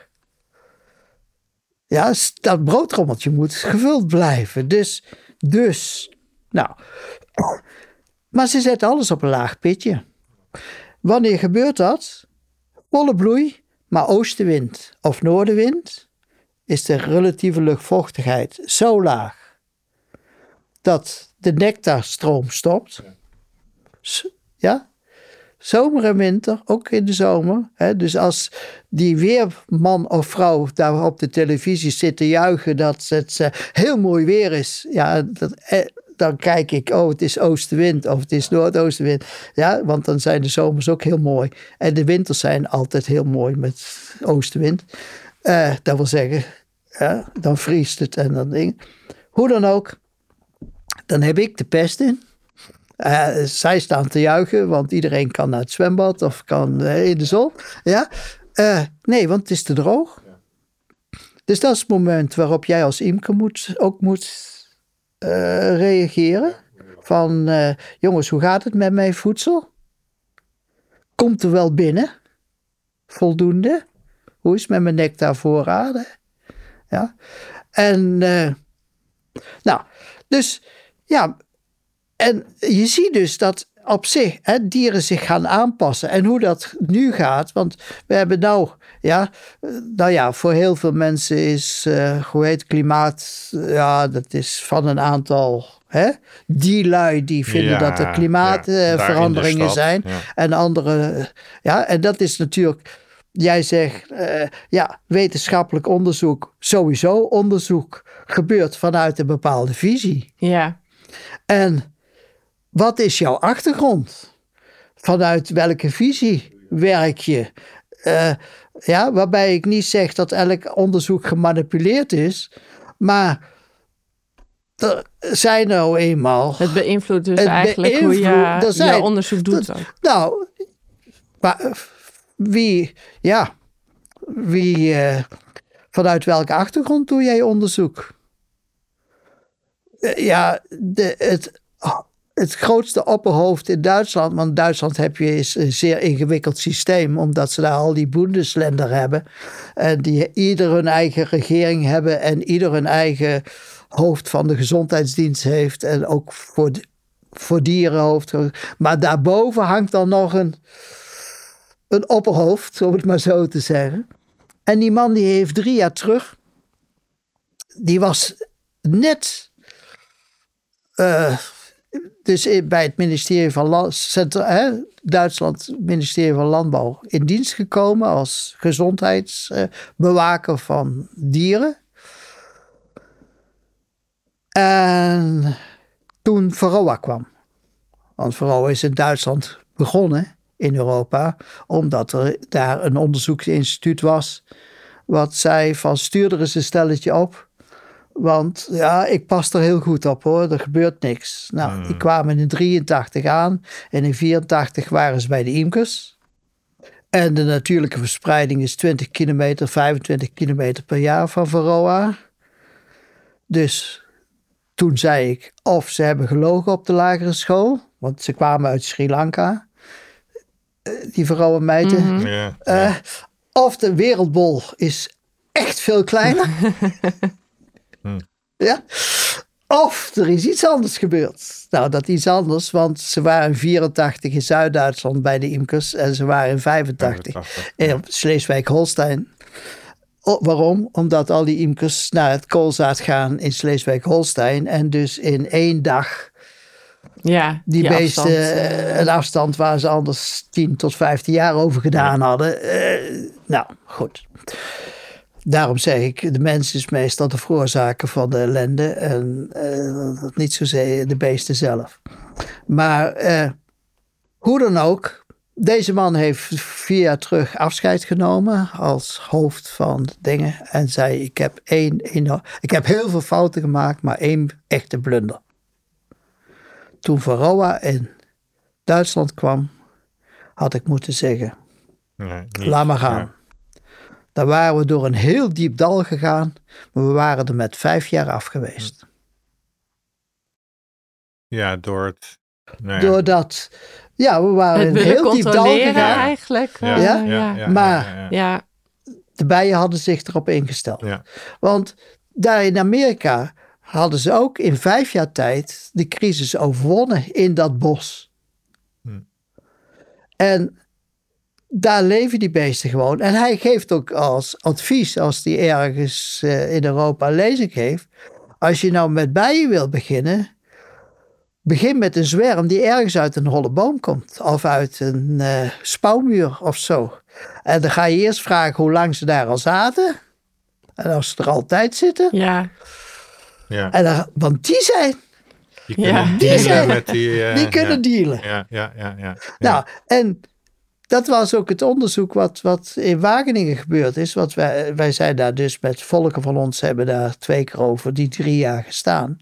Ja, dat broodrommeltje moet gevuld blijven. Dus, nou. Maar ze zetten alles op een laag pitje. Wanneer gebeurt dat? Volle bloei, maar oostenwind of noordenwind is de relatieve luchtvochtigheid zo laag dat de nectarstroom stopt. Ja? Zomer en winter, ook in de zomer. Hè? Dus als die weerman of vrouw daar op de televisie zit te juichen dat het heel mooi weer is. Ja, dan kijk ik, het is oostenwind of het is noordoostenwind. Ja, want dan zijn de zomers ook heel mooi. En de winters zijn altijd heel mooi met oostenwind. Dat wil zeggen, dan vriest het en dan ding. Hoe dan ook, dan heb ik de pest in. Zij staan te juichen, want iedereen kan naar het zwembad of kan in de zon. Ja? Nee, want het is te droog. Ja. Dus dat is het moment waarop jij als imker moet reageren. Van, jongens, hoe gaat het met mijn voedsel? Komt er wel binnen? Voldoende? Hoe is het met mijn nectarvoorraden? Ja. En, nou, dus, ja... En je ziet dus dat op zich dieren zich gaan aanpassen. En hoe dat nu gaat, want we hebben voor heel veel mensen is, klimaat, dat is van een aantal, die lui die vinden dat er klimaatveranderingen zijn. Ja. En andere, en dat is natuurlijk, jij zegt, wetenschappelijk onderzoek, sowieso onderzoek gebeurt vanuit een bepaalde visie. Ja. En wat is jouw achtergrond? Vanuit welke visie werk je? Waarbij ik niet zeg dat elk onderzoek gemanipuleerd is, maar er zijn nou eenmaal... Het beïnvloedt dus eigenlijk hoe je onderzoek doet. Nou, maar vanuit welke achtergrond doe jij onderzoek? Het grootste opperhoofd in Duitsland, want in Duitsland is een zeer ingewikkeld systeem, omdat ze daar al die Bundesländer hebben. En die ieder hun eigen regering hebben en ieder hun eigen hoofd van de gezondheidsdienst heeft. En ook voor dierenhoofd. Maar daarboven hangt dan nog een opperhoofd, om het maar zo te zeggen. En die man die heeft 3 jaar terug, die was net... dus bij het ministerie van Duitsland ministerie van Landbouw in dienst gekomen als gezondheidsbewaker van dieren. En toen Varroa kwam. Want Varroa is in Duitsland begonnen in Europa, omdat er daar een onderzoeksinstituut was wat zei van stuur er eens een stelletje op. Want ik pas er heel goed op hoor, er gebeurt niks. Nou, die kwamen in 83 aan en in 84 waren ze bij de imkers. En de natuurlijke verspreiding is 20 kilometer, 25 kilometer per jaar van Varroa. Dus toen zei ik, of ze hebben gelogen op de lagere school, want ze kwamen uit Sri Lanka, die Varroa meiden. Mm-hmm. Of de wereldbol is echt veel kleiner. Ja. Of er is iets anders gebeurd. Nou, dat iets anders, want ze waren in 84 in Zuid-Duitsland bij de imkers en ze waren in 85 in Sleeswijk-Holstein. Waarom? Omdat al die imkers naar het koolzaad gaan in Sleeswijk-Holstein en dus in 1 dag die beesten een afstand waar ze anders 10 tot 15 jaar over gedaan hadden. Nou, goed. Daarom zeg ik, de mens is meestal de veroorzaker van de ellende en niet zozeer de beesten zelf. Maar hoe dan ook, deze man heeft 4 jaar terug afscheid genomen als hoofd van dingen en zei ik heb heel veel fouten gemaakt, maar 1 echte blunder. Toen Varroa in Duitsland kwam, had ik moeten zeggen, laat maar gaan. Ja. Dan waren we door een heel diep dal gegaan, maar we waren er met 5 jaar af geweest. Ja, doordat, we waren in een heel diep dal gegaan. Eigenlijk. Maar de bijen hadden zich erop ingesteld. Ja. Want daar in Amerika hadden ze ook in 5 jaar tijd de crisis overwonnen in dat bos. En daar leven die beesten gewoon. En hij geeft ook als advies, als hij ergens in Europa een lezing geeft, als je nou met bijen wil beginnen, begin met een zwerm die ergens uit een holle boom komt. Of uit een spouwmuur of zo. En dan ga je eerst vragen hoe lang ze daar al zaten. En als ze er altijd zitten. Ja. En want die zijn... Die kunnen dealen met die... die kunnen dealen. Ja. Nou, en dat was ook het onderzoek wat in Wageningen gebeurd is. Want wij zijn daar dus met volken van ons hebben daar 2 keer over die 3 jaar gestaan.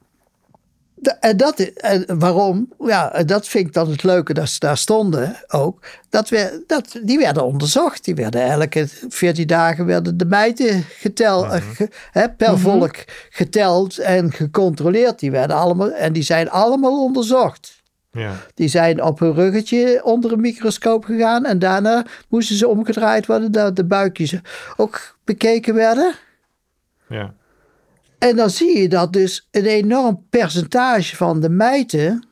En waarom? Ja, dat vind ik dan het leuke dat ze daar stonden ook. Die werden onderzocht. Die werden elke 14 dagen werden de mijten geteld, per volk geteld en gecontroleerd. Die werden allemaal, en die zijn allemaal onderzocht. Ja. Die zijn op hun ruggetje onder een microscoop gegaan en daarna moesten ze omgedraaid worden, dat de buikjes ook bekeken werden. Ja. En dan zie je dat dus een enorm percentage van de mijten,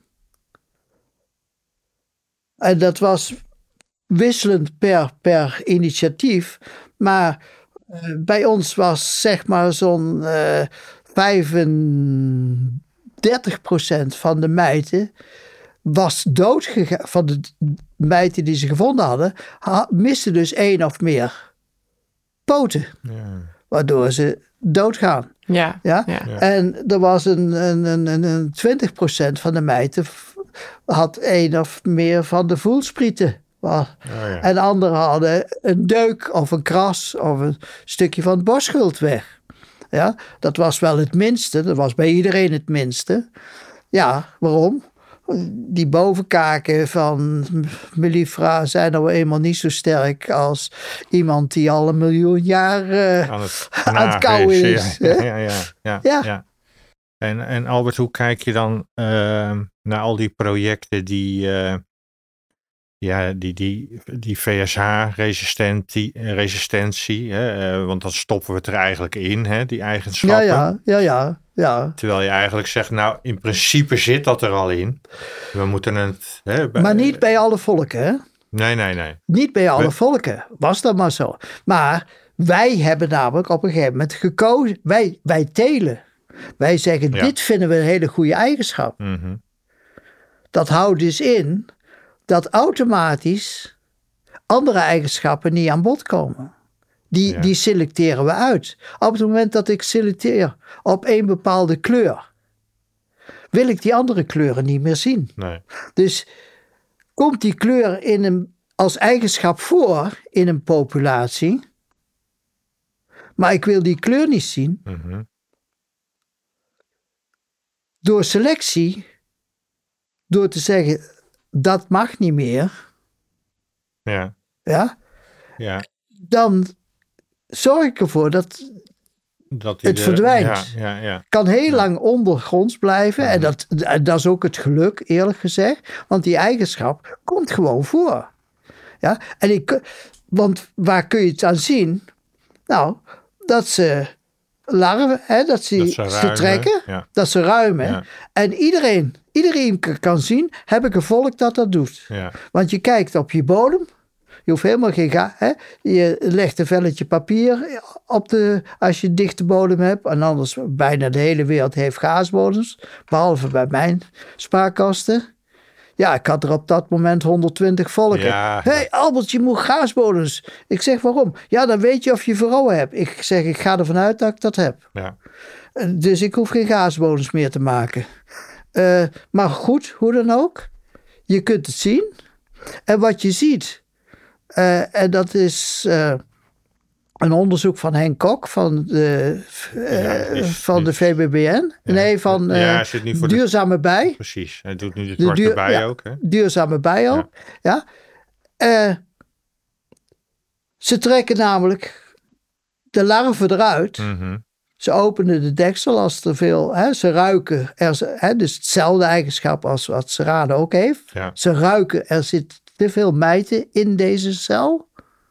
en dat was wisselend per initiatief, maar bij ons was zeg maar zo'n 35% van de mijten was doodgegaan, van de mijten die ze gevonden hadden, misten dus 1 of meer poten. Ja. Waardoor ze doodgaan. Ja. En er was een 20% van de mijten had 1 of meer van de voelsprieten. En anderen hadden een deuk of een kras of een stukje van het borstschuld weg. Ja, dat was wel het minste. Dat was bij iedereen het minste. Ja, waarom? Die bovenkaken van Mellifera zijn nou eenmaal niet zo sterk als iemand die al 1 miljoen jaar aan het kauwen is. Ja. En Albert, hoe kijk je dan naar al die projecten die VSH-resistentie, want dan stoppen we het er eigenlijk in, die eigenschappen. Ja. Terwijl je eigenlijk zegt, nou, in principe zit dat er al in. We moeten het... maar niet bij alle volken, hè? Nee. Niet bij alle volken, was dat maar zo. Maar wij hebben namelijk op een gegeven moment gekozen, wij telen. Wij zeggen, dit vinden we een hele goede eigenschap. Mm-hmm. Dat houdt dus in dat automatisch andere eigenschappen niet aan bod komen. Die selecteren we uit. Op het moment dat ik selecteer op 1 bepaalde kleur, wil ik die andere kleuren niet meer zien. Nee. Dus komt die kleur als eigenschap voor in een populatie, maar ik wil die kleur niet zien. Mm-hmm. Door selectie, door te zeggen, dat mag niet meer. Ja. Dan zorg ik ervoor dat het verdwijnt. Ja. Kan heel lang ondergronds blijven. Mm-hmm. En dat is ook het geluk, eerlijk gezegd. Want die eigenschap komt gewoon voor. Ja? Want waar kun je het aan zien? Nou, dat ze larven, hè, dat ze trekken, dat ze ruimen. Ja. En iedereen kan zien, heb ik een volk dat doet. Ja. Want je kijkt op je bodem, je hoeft helemaal geen hè? Je legt een velletje papier als je een dichte bodem hebt. En anders, bijna de hele wereld heeft gaasbodems, behalve bij mijn spaarkasten. Ja, ik had er op dat moment 120 volken. Ja. Hey Albert, je moet gaasbodems. Ik zeg, waarom? Ja, dan weet je of je verrouwen hebt. Ik zeg, ik ga ervan uit dat ik dat heb. Ja. Dus ik hoef geen gaasbodems meer te maken. Maar goed, hoe dan ook. Je kunt het zien. En wat je ziet, en dat is een onderzoek van Henk Kok van de VBBN. Ja. Nee, van Duurzame Bij. Precies, hij doet nu de zwarte bij ook. Hè? Duurzame Bij ook, ja. Ze trekken namelijk de larven eruit. Mm-hmm. Ze openen de deksel als er veel... ze ruiken, dus hetzelfde eigenschap als wat serrano ook heeft. Ja. Ze ruiken, er zit te veel mijten in deze cel.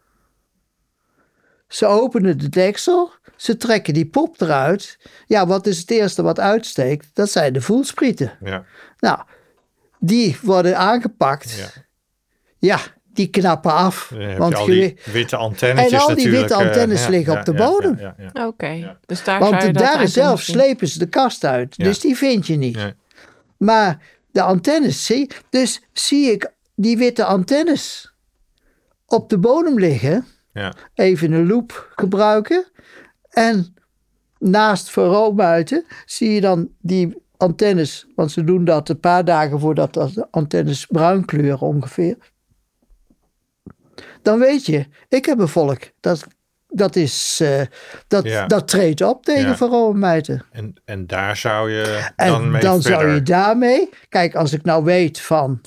Ze openen de deksel, ze trekken die pop eruit. Ja, wat is het eerste wat uitsteekt? Dat zijn de voelsprieten. Ja. Nou, die worden aangepakt. Ja, die knappen af. Want al die witte antennetjes en al die witte antennes liggen op de bodem. Oké. Dus daar want daar zelf slepen ze de kast uit. Ja. Dus die vind je niet. Nee. Maar de antennes zie ik die witte antennes op de bodem liggen. Ja. Even een loop gebruiken. En naast verroombuiten zie je dan die antennes. Want ze doen dat een paar dagen voordat de antennes bruin kleuren ongeveer. Dan weet je, ik heb een volk. Dat treedt op tegen verroombuiten. En daar zou je dan mee dan verder. Zou je daarmee. Kijk, als ik nou weet van...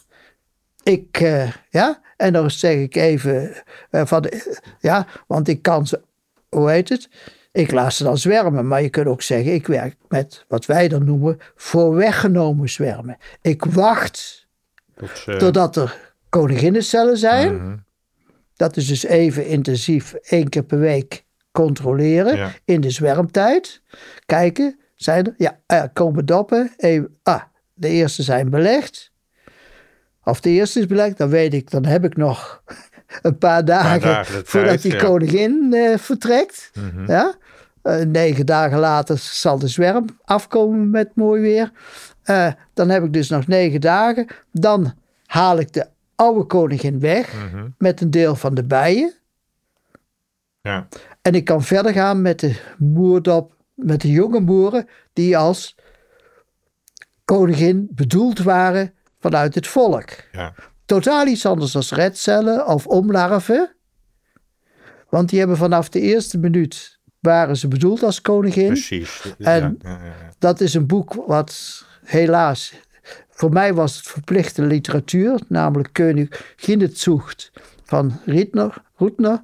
En dan zeg ik even want ik kan ze, hoe heet het? Ik laat ze dan zwermen, maar je kunt ook zeggen, ik werk met wat wij dan noemen voorweggenomen zwermen. Ik wacht totdat er koninginnencellen zijn. Mm-hmm. Dat is dus even intensief 1 keer per week controleren in de zwermtijd. Kijken, zijn er? Komen doppen. De eerste zijn belegd. Of de eerste is belegd, dan weet ik, dan heb ik nog een paar dagen voordat die koningin vertrekt. Mm-hmm. Ja? 9 dagen later zal de zwerm afkomen met mooi weer. Dan heb ik dus nog 9 dagen. Dan haal ik de oude koningin weg met een deel van de bijen. Ja. En ik kan verder gaan met de moerdop, met de jonge moeren die als koningin bedoeld waren vanuit het volk. Ja. Totaal iets anders dan redcellen of omlarven. Want die hebben vanaf de eerste minuut waren ze bedoeld als koningin. Precies. En dat is een boek wat helaas... Voor mij was het verplichte literatuur. Namelijk Koninginnenzucht van Rutner.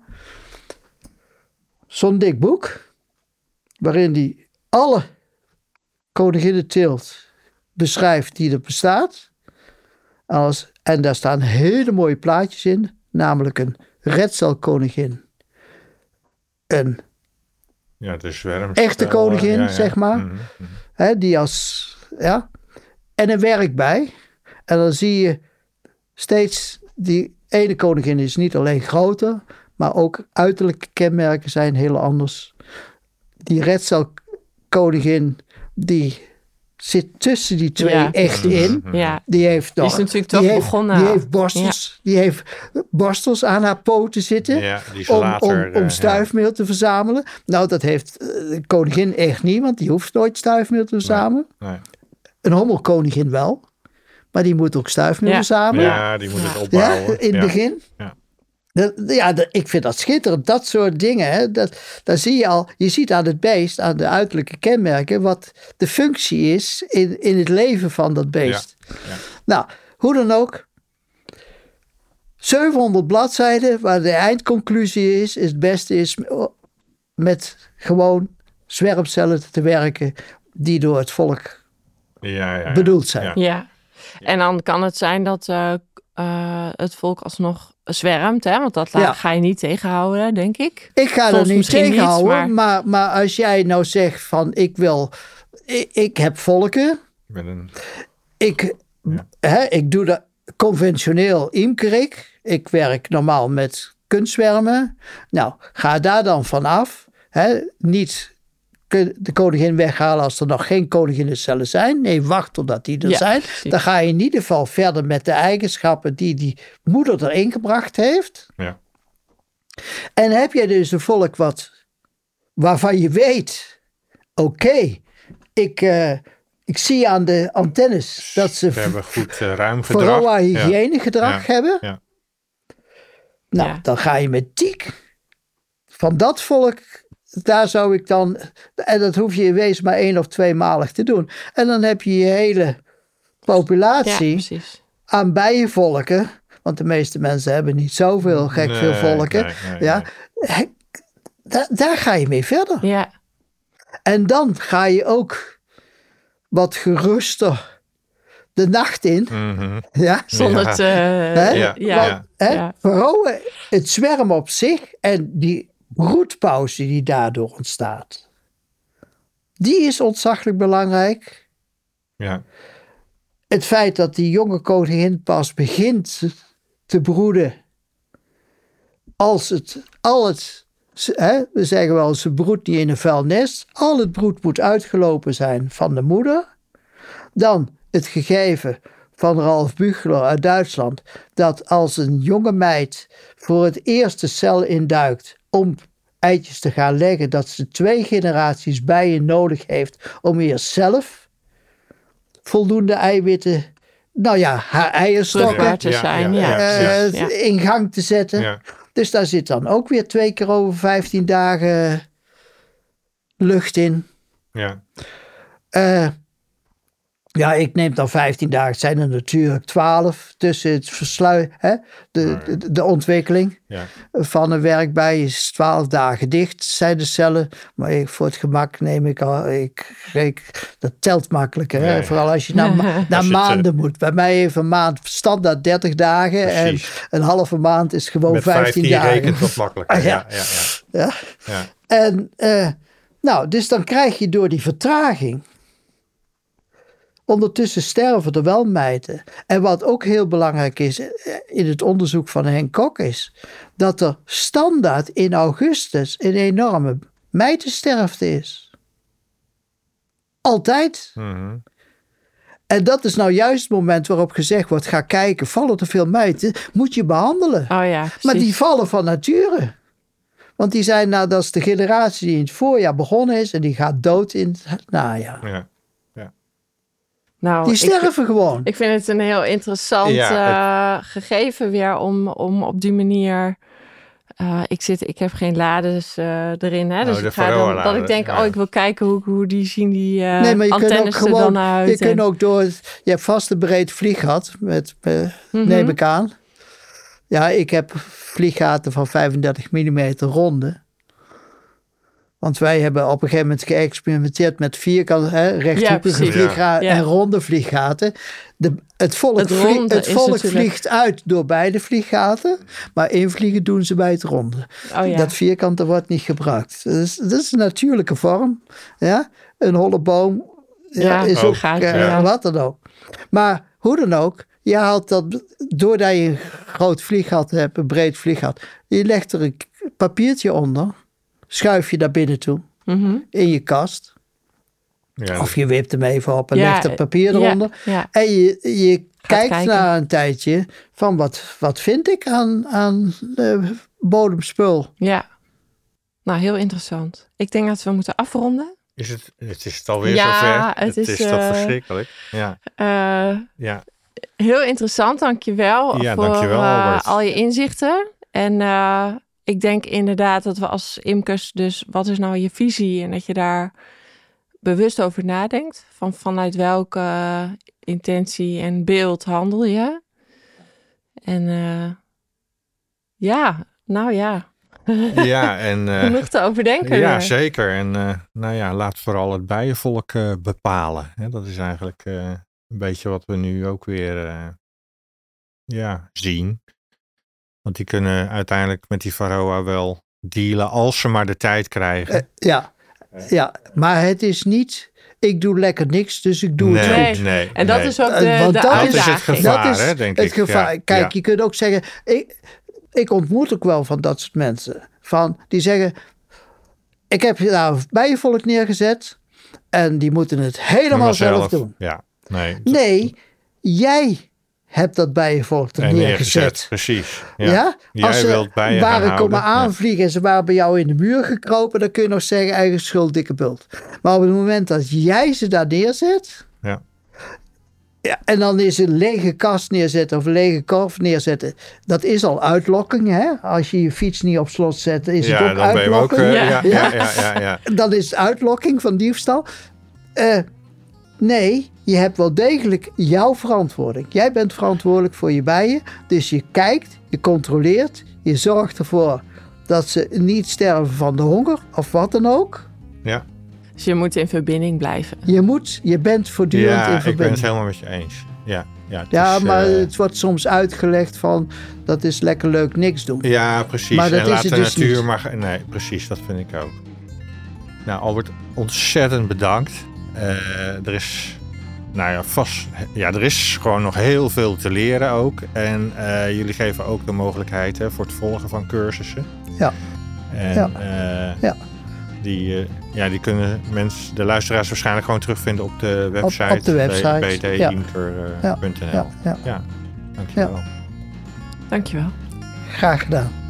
Zo'n dik boek. Waarin hij alle koninginnenteelt beschrijft die er bestaat. En daar staan hele mooie plaatjes in. Namelijk een redcelkoningin. Een echte koningin, zeg maar. Mm-hmm. Die als... Ja. En een werk bij. En dan zie je steeds... Die ene koningin is niet alleen groter... maar ook uiterlijke kenmerken zijn heel anders. Die redcelkoningin... die zit tussen die twee echt in. Ja. Die heeft nog, die is natuurlijk toch begonnen. Die heeft borstels. Ja. Die heeft borstels aan haar poten zitten. Ja, om stuifmeel te verzamelen. Nou, dat heeft de koningin echt niet. Want die hoeft nooit stuifmeel te verzamelen. Nee. Een hommelkoningin wel. Maar die moet ook stuifmeel verzamelen. Ja, die moet het opbouwen. Ja, in het begin. Ja. Ik vind dat schitterend. Dat soort dingen. Hè, daar zie je al. Je ziet aan het beest, aan de uiterlijke kenmerken, wat de functie is in het leven van dat beest. Ja. Ja. Nou, hoe dan ook. 700 bladzijden, waar de eindconclusie is het beste is met gewoon zwermcellen te werken die door het volk bedoeld zijn. Ja. En dan kan het zijn dat het volk alsnog zwermt. Hè? Want dat ga je niet tegenhouden, denk ik. Ik ga Soms er niet tegenhouden. niet, maar als jij nou zegt van ik heb volken. Ik doe dat conventioneel imker. Ik werk normaal met kunstzwermen. Nou, ga daar dan vanaf. Niet de koningin weghalen als er nog geen koninginnencellen zijn. Nee, wacht totdat die er zijn. Precies. Dan ga je in ieder geval verder met de eigenschappen die moeder erin gebracht heeft. Ja. En heb je dus een volk waarvan je weet, ik zie aan de antennes dat ze hebben goed ruim gedrag. Varroa hygiënegedrag hebben. Ja. Nou, dan ga je met Tiek. Van dat volk, daar zou ik dan... En dat hoef je in wezen maar 1 of 2 malig te doen. En dan heb je je hele populatie aan bijenvolken. Want de meeste mensen hebben niet zoveel veel volken. Nee. Daar ga je mee verder. Ja. En dan ga je ook wat geruster de nacht in. Mm-hmm. Ja? Zonder Varroa, het zwerm op zich en die broedpauze die daardoor ontstaat. Die is ontzaglijk belangrijk. Ja. Het feit dat die jonge koningin pas begint te broeden. We zeggen wel, ze broedt niet in een vuil nest. Al het broed moet uitgelopen zijn van de moeder. Dan het gegeven van Ralf Büchler uit Duitsland, dat als een jonge meid voor het eerst de cel induikt om eitjes te gaan leggen, dat ze 2 generaties bijen nodig heeft om eerst zelf voldoende eiwitten, haar eierstokken te zijn, in gang te zetten. Ja. Dus daar zit dan ook weer 2 keer over 15 dagen lucht in. Ja. Ik neem dan 15 dagen. Het zijn er natuurlijk 12 tussen het de ontwikkeling van een werkbij is 12 dagen dicht, zijn de cellen. Maar voor het gemak neem ik dat telt makkelijker. Ja. Vooral als je naar maanden moet. Bij mij heeft een maand standaard 30 dagen. Precies. En een halve maand is gewoon met 15 dagen. rekent wat makkelijker. Ja. En dus dan krijg je door die vertraging. Ondertussen sterven er wel meiden. En wat ook heel belangrijk is in het onderzoek van Henk Kok is, dat er standaard in augustus een enorme meidensterfte is. Altijd. Mm-hmm. En dat is nou juist het moment waarop gezegd wordt, ga kijken, vallen er veel meiden, moet je behandelen. Oh ja, maar die vallen van nature. Want die zijn, dat is de generatie die in het voorjaar begonnen is en die gaat dood in het najaar. Ja. Nou, die sterven gewoon. Ik vind het een heel interessant gegeven weer om op die manier... ik heb geen lades erin. Hè? Dus ik ga dan, dat ik denk, ik wil kijken hoe die zien die antennes er dan uit. Je kunt ook je hebt vast een breed vlieggat met neem ik aan. Ja, ik heb vlieggaten van 35 mm ronde. Want wij hebben op een gegeven moment geëxperimenteerd met vierkante, rechthoekige vlieggaten en ronde vlieggaten. Het volk vliegt uit door beide vlieggaten, maar invliegen doen ze bij het ronde. Dat vierkante wordt niet gebruikt. Dus dat is een natuurlijke vorm. Ja? Een holle boom is ook wat dan ook. Maar hoe dan ook, je haalt dat, doordat je een groot vlieggat hebt, een breed vlieggat, je legt er een papiertje onder. Schuif je naar binnen toe. In je kast. Ja, of je wipt hem even op en legt er papier eronder. Ja. En je kijkt na een tijdje van wat vind ik aan bodemspul. Ja. Nou, heel interessant. Ik denk dat we moeten afronden. Het is alweer zover. Het is toch verschrikkelijk. Ja. Heel interessant, dankjewel voor al je inzichten. En ik denk inderdaad dat we als imkers, dus wat is nou je visie? En dat je daar bewust over nadenkt. Vanuit welke intentie en beeld handel je? En genoeg te overdenken. Ja, zeker. En laat vooral het bijenvolk bepalen. Dat is eigenlijk een beetje wat we nu ook weer zien. Want die kunnen uiteindelijk met die Varroa wel dealen als ze maar de tijd krijgen. Ja, maar het is niet... Ik doe lekker niks, dus ik doe het goed. Nee. En dat is ook de dat uitdaging. is het gevaar, Dat is hè, denk het ik. gevaar. Ja, Kijk, je kunt ook zeggen... Ik ontmoet ook wel van dat soort mensen. Die zeggen... Ik heb daar bijenvolk neergezet... en die moeten het helemaal zelf doen. Ja, nee, jij hebt dat bijenvolk er neergezet. Precies. Ja? Jij Als wilt ze bijen waren gaan komen houden. aanvliegen en ze waren bij jou in de muur gekropen... dan kun je nog zeggen, eigen schuld, dikke bult. Maar op het moment dat jij ze daar neerzet... Ja, en dan is een lege kast neerzetten of een lege korf neerzetten. Dat is al uitlokking. Hè? Als je je fiets niet op slot zet, is het ook uitlokking. Ja. Dan is het uitlokking van diefstal. Nee, je hebt wel degelijk jouw verantwoording. Jij bent verantwoordelijk voor je bijen. Dus je kijkt, je controleert. Je zorgt ervoor dat ze niet sterven van de honger of wat dan ook. Ja. Dus je moet in verbinding blijven. Je bent voortdurend in verbinding. Ja, ik ben het helemaal met je eens. Maar het wordt soms uitgelegd van... dat is lekker leuk niks doen. Ja, precies. Maar dat en is laat het de dus natuur niet. maar... Nee, precies, dat vind ik ook. Nou, Albert, ontzettend bedankt. Er is... er is gewoon nog heel veel te leren ook. En jullie geven ook de mogelijkheid voor het volgen van cursussen. Ja. Die kunnen de luisteraars waarschijnlijk gewoon terugvinden op de website. Op de website. bdimker.nl. Ja. Dankjewel. Dankjewel. Graag gedaan.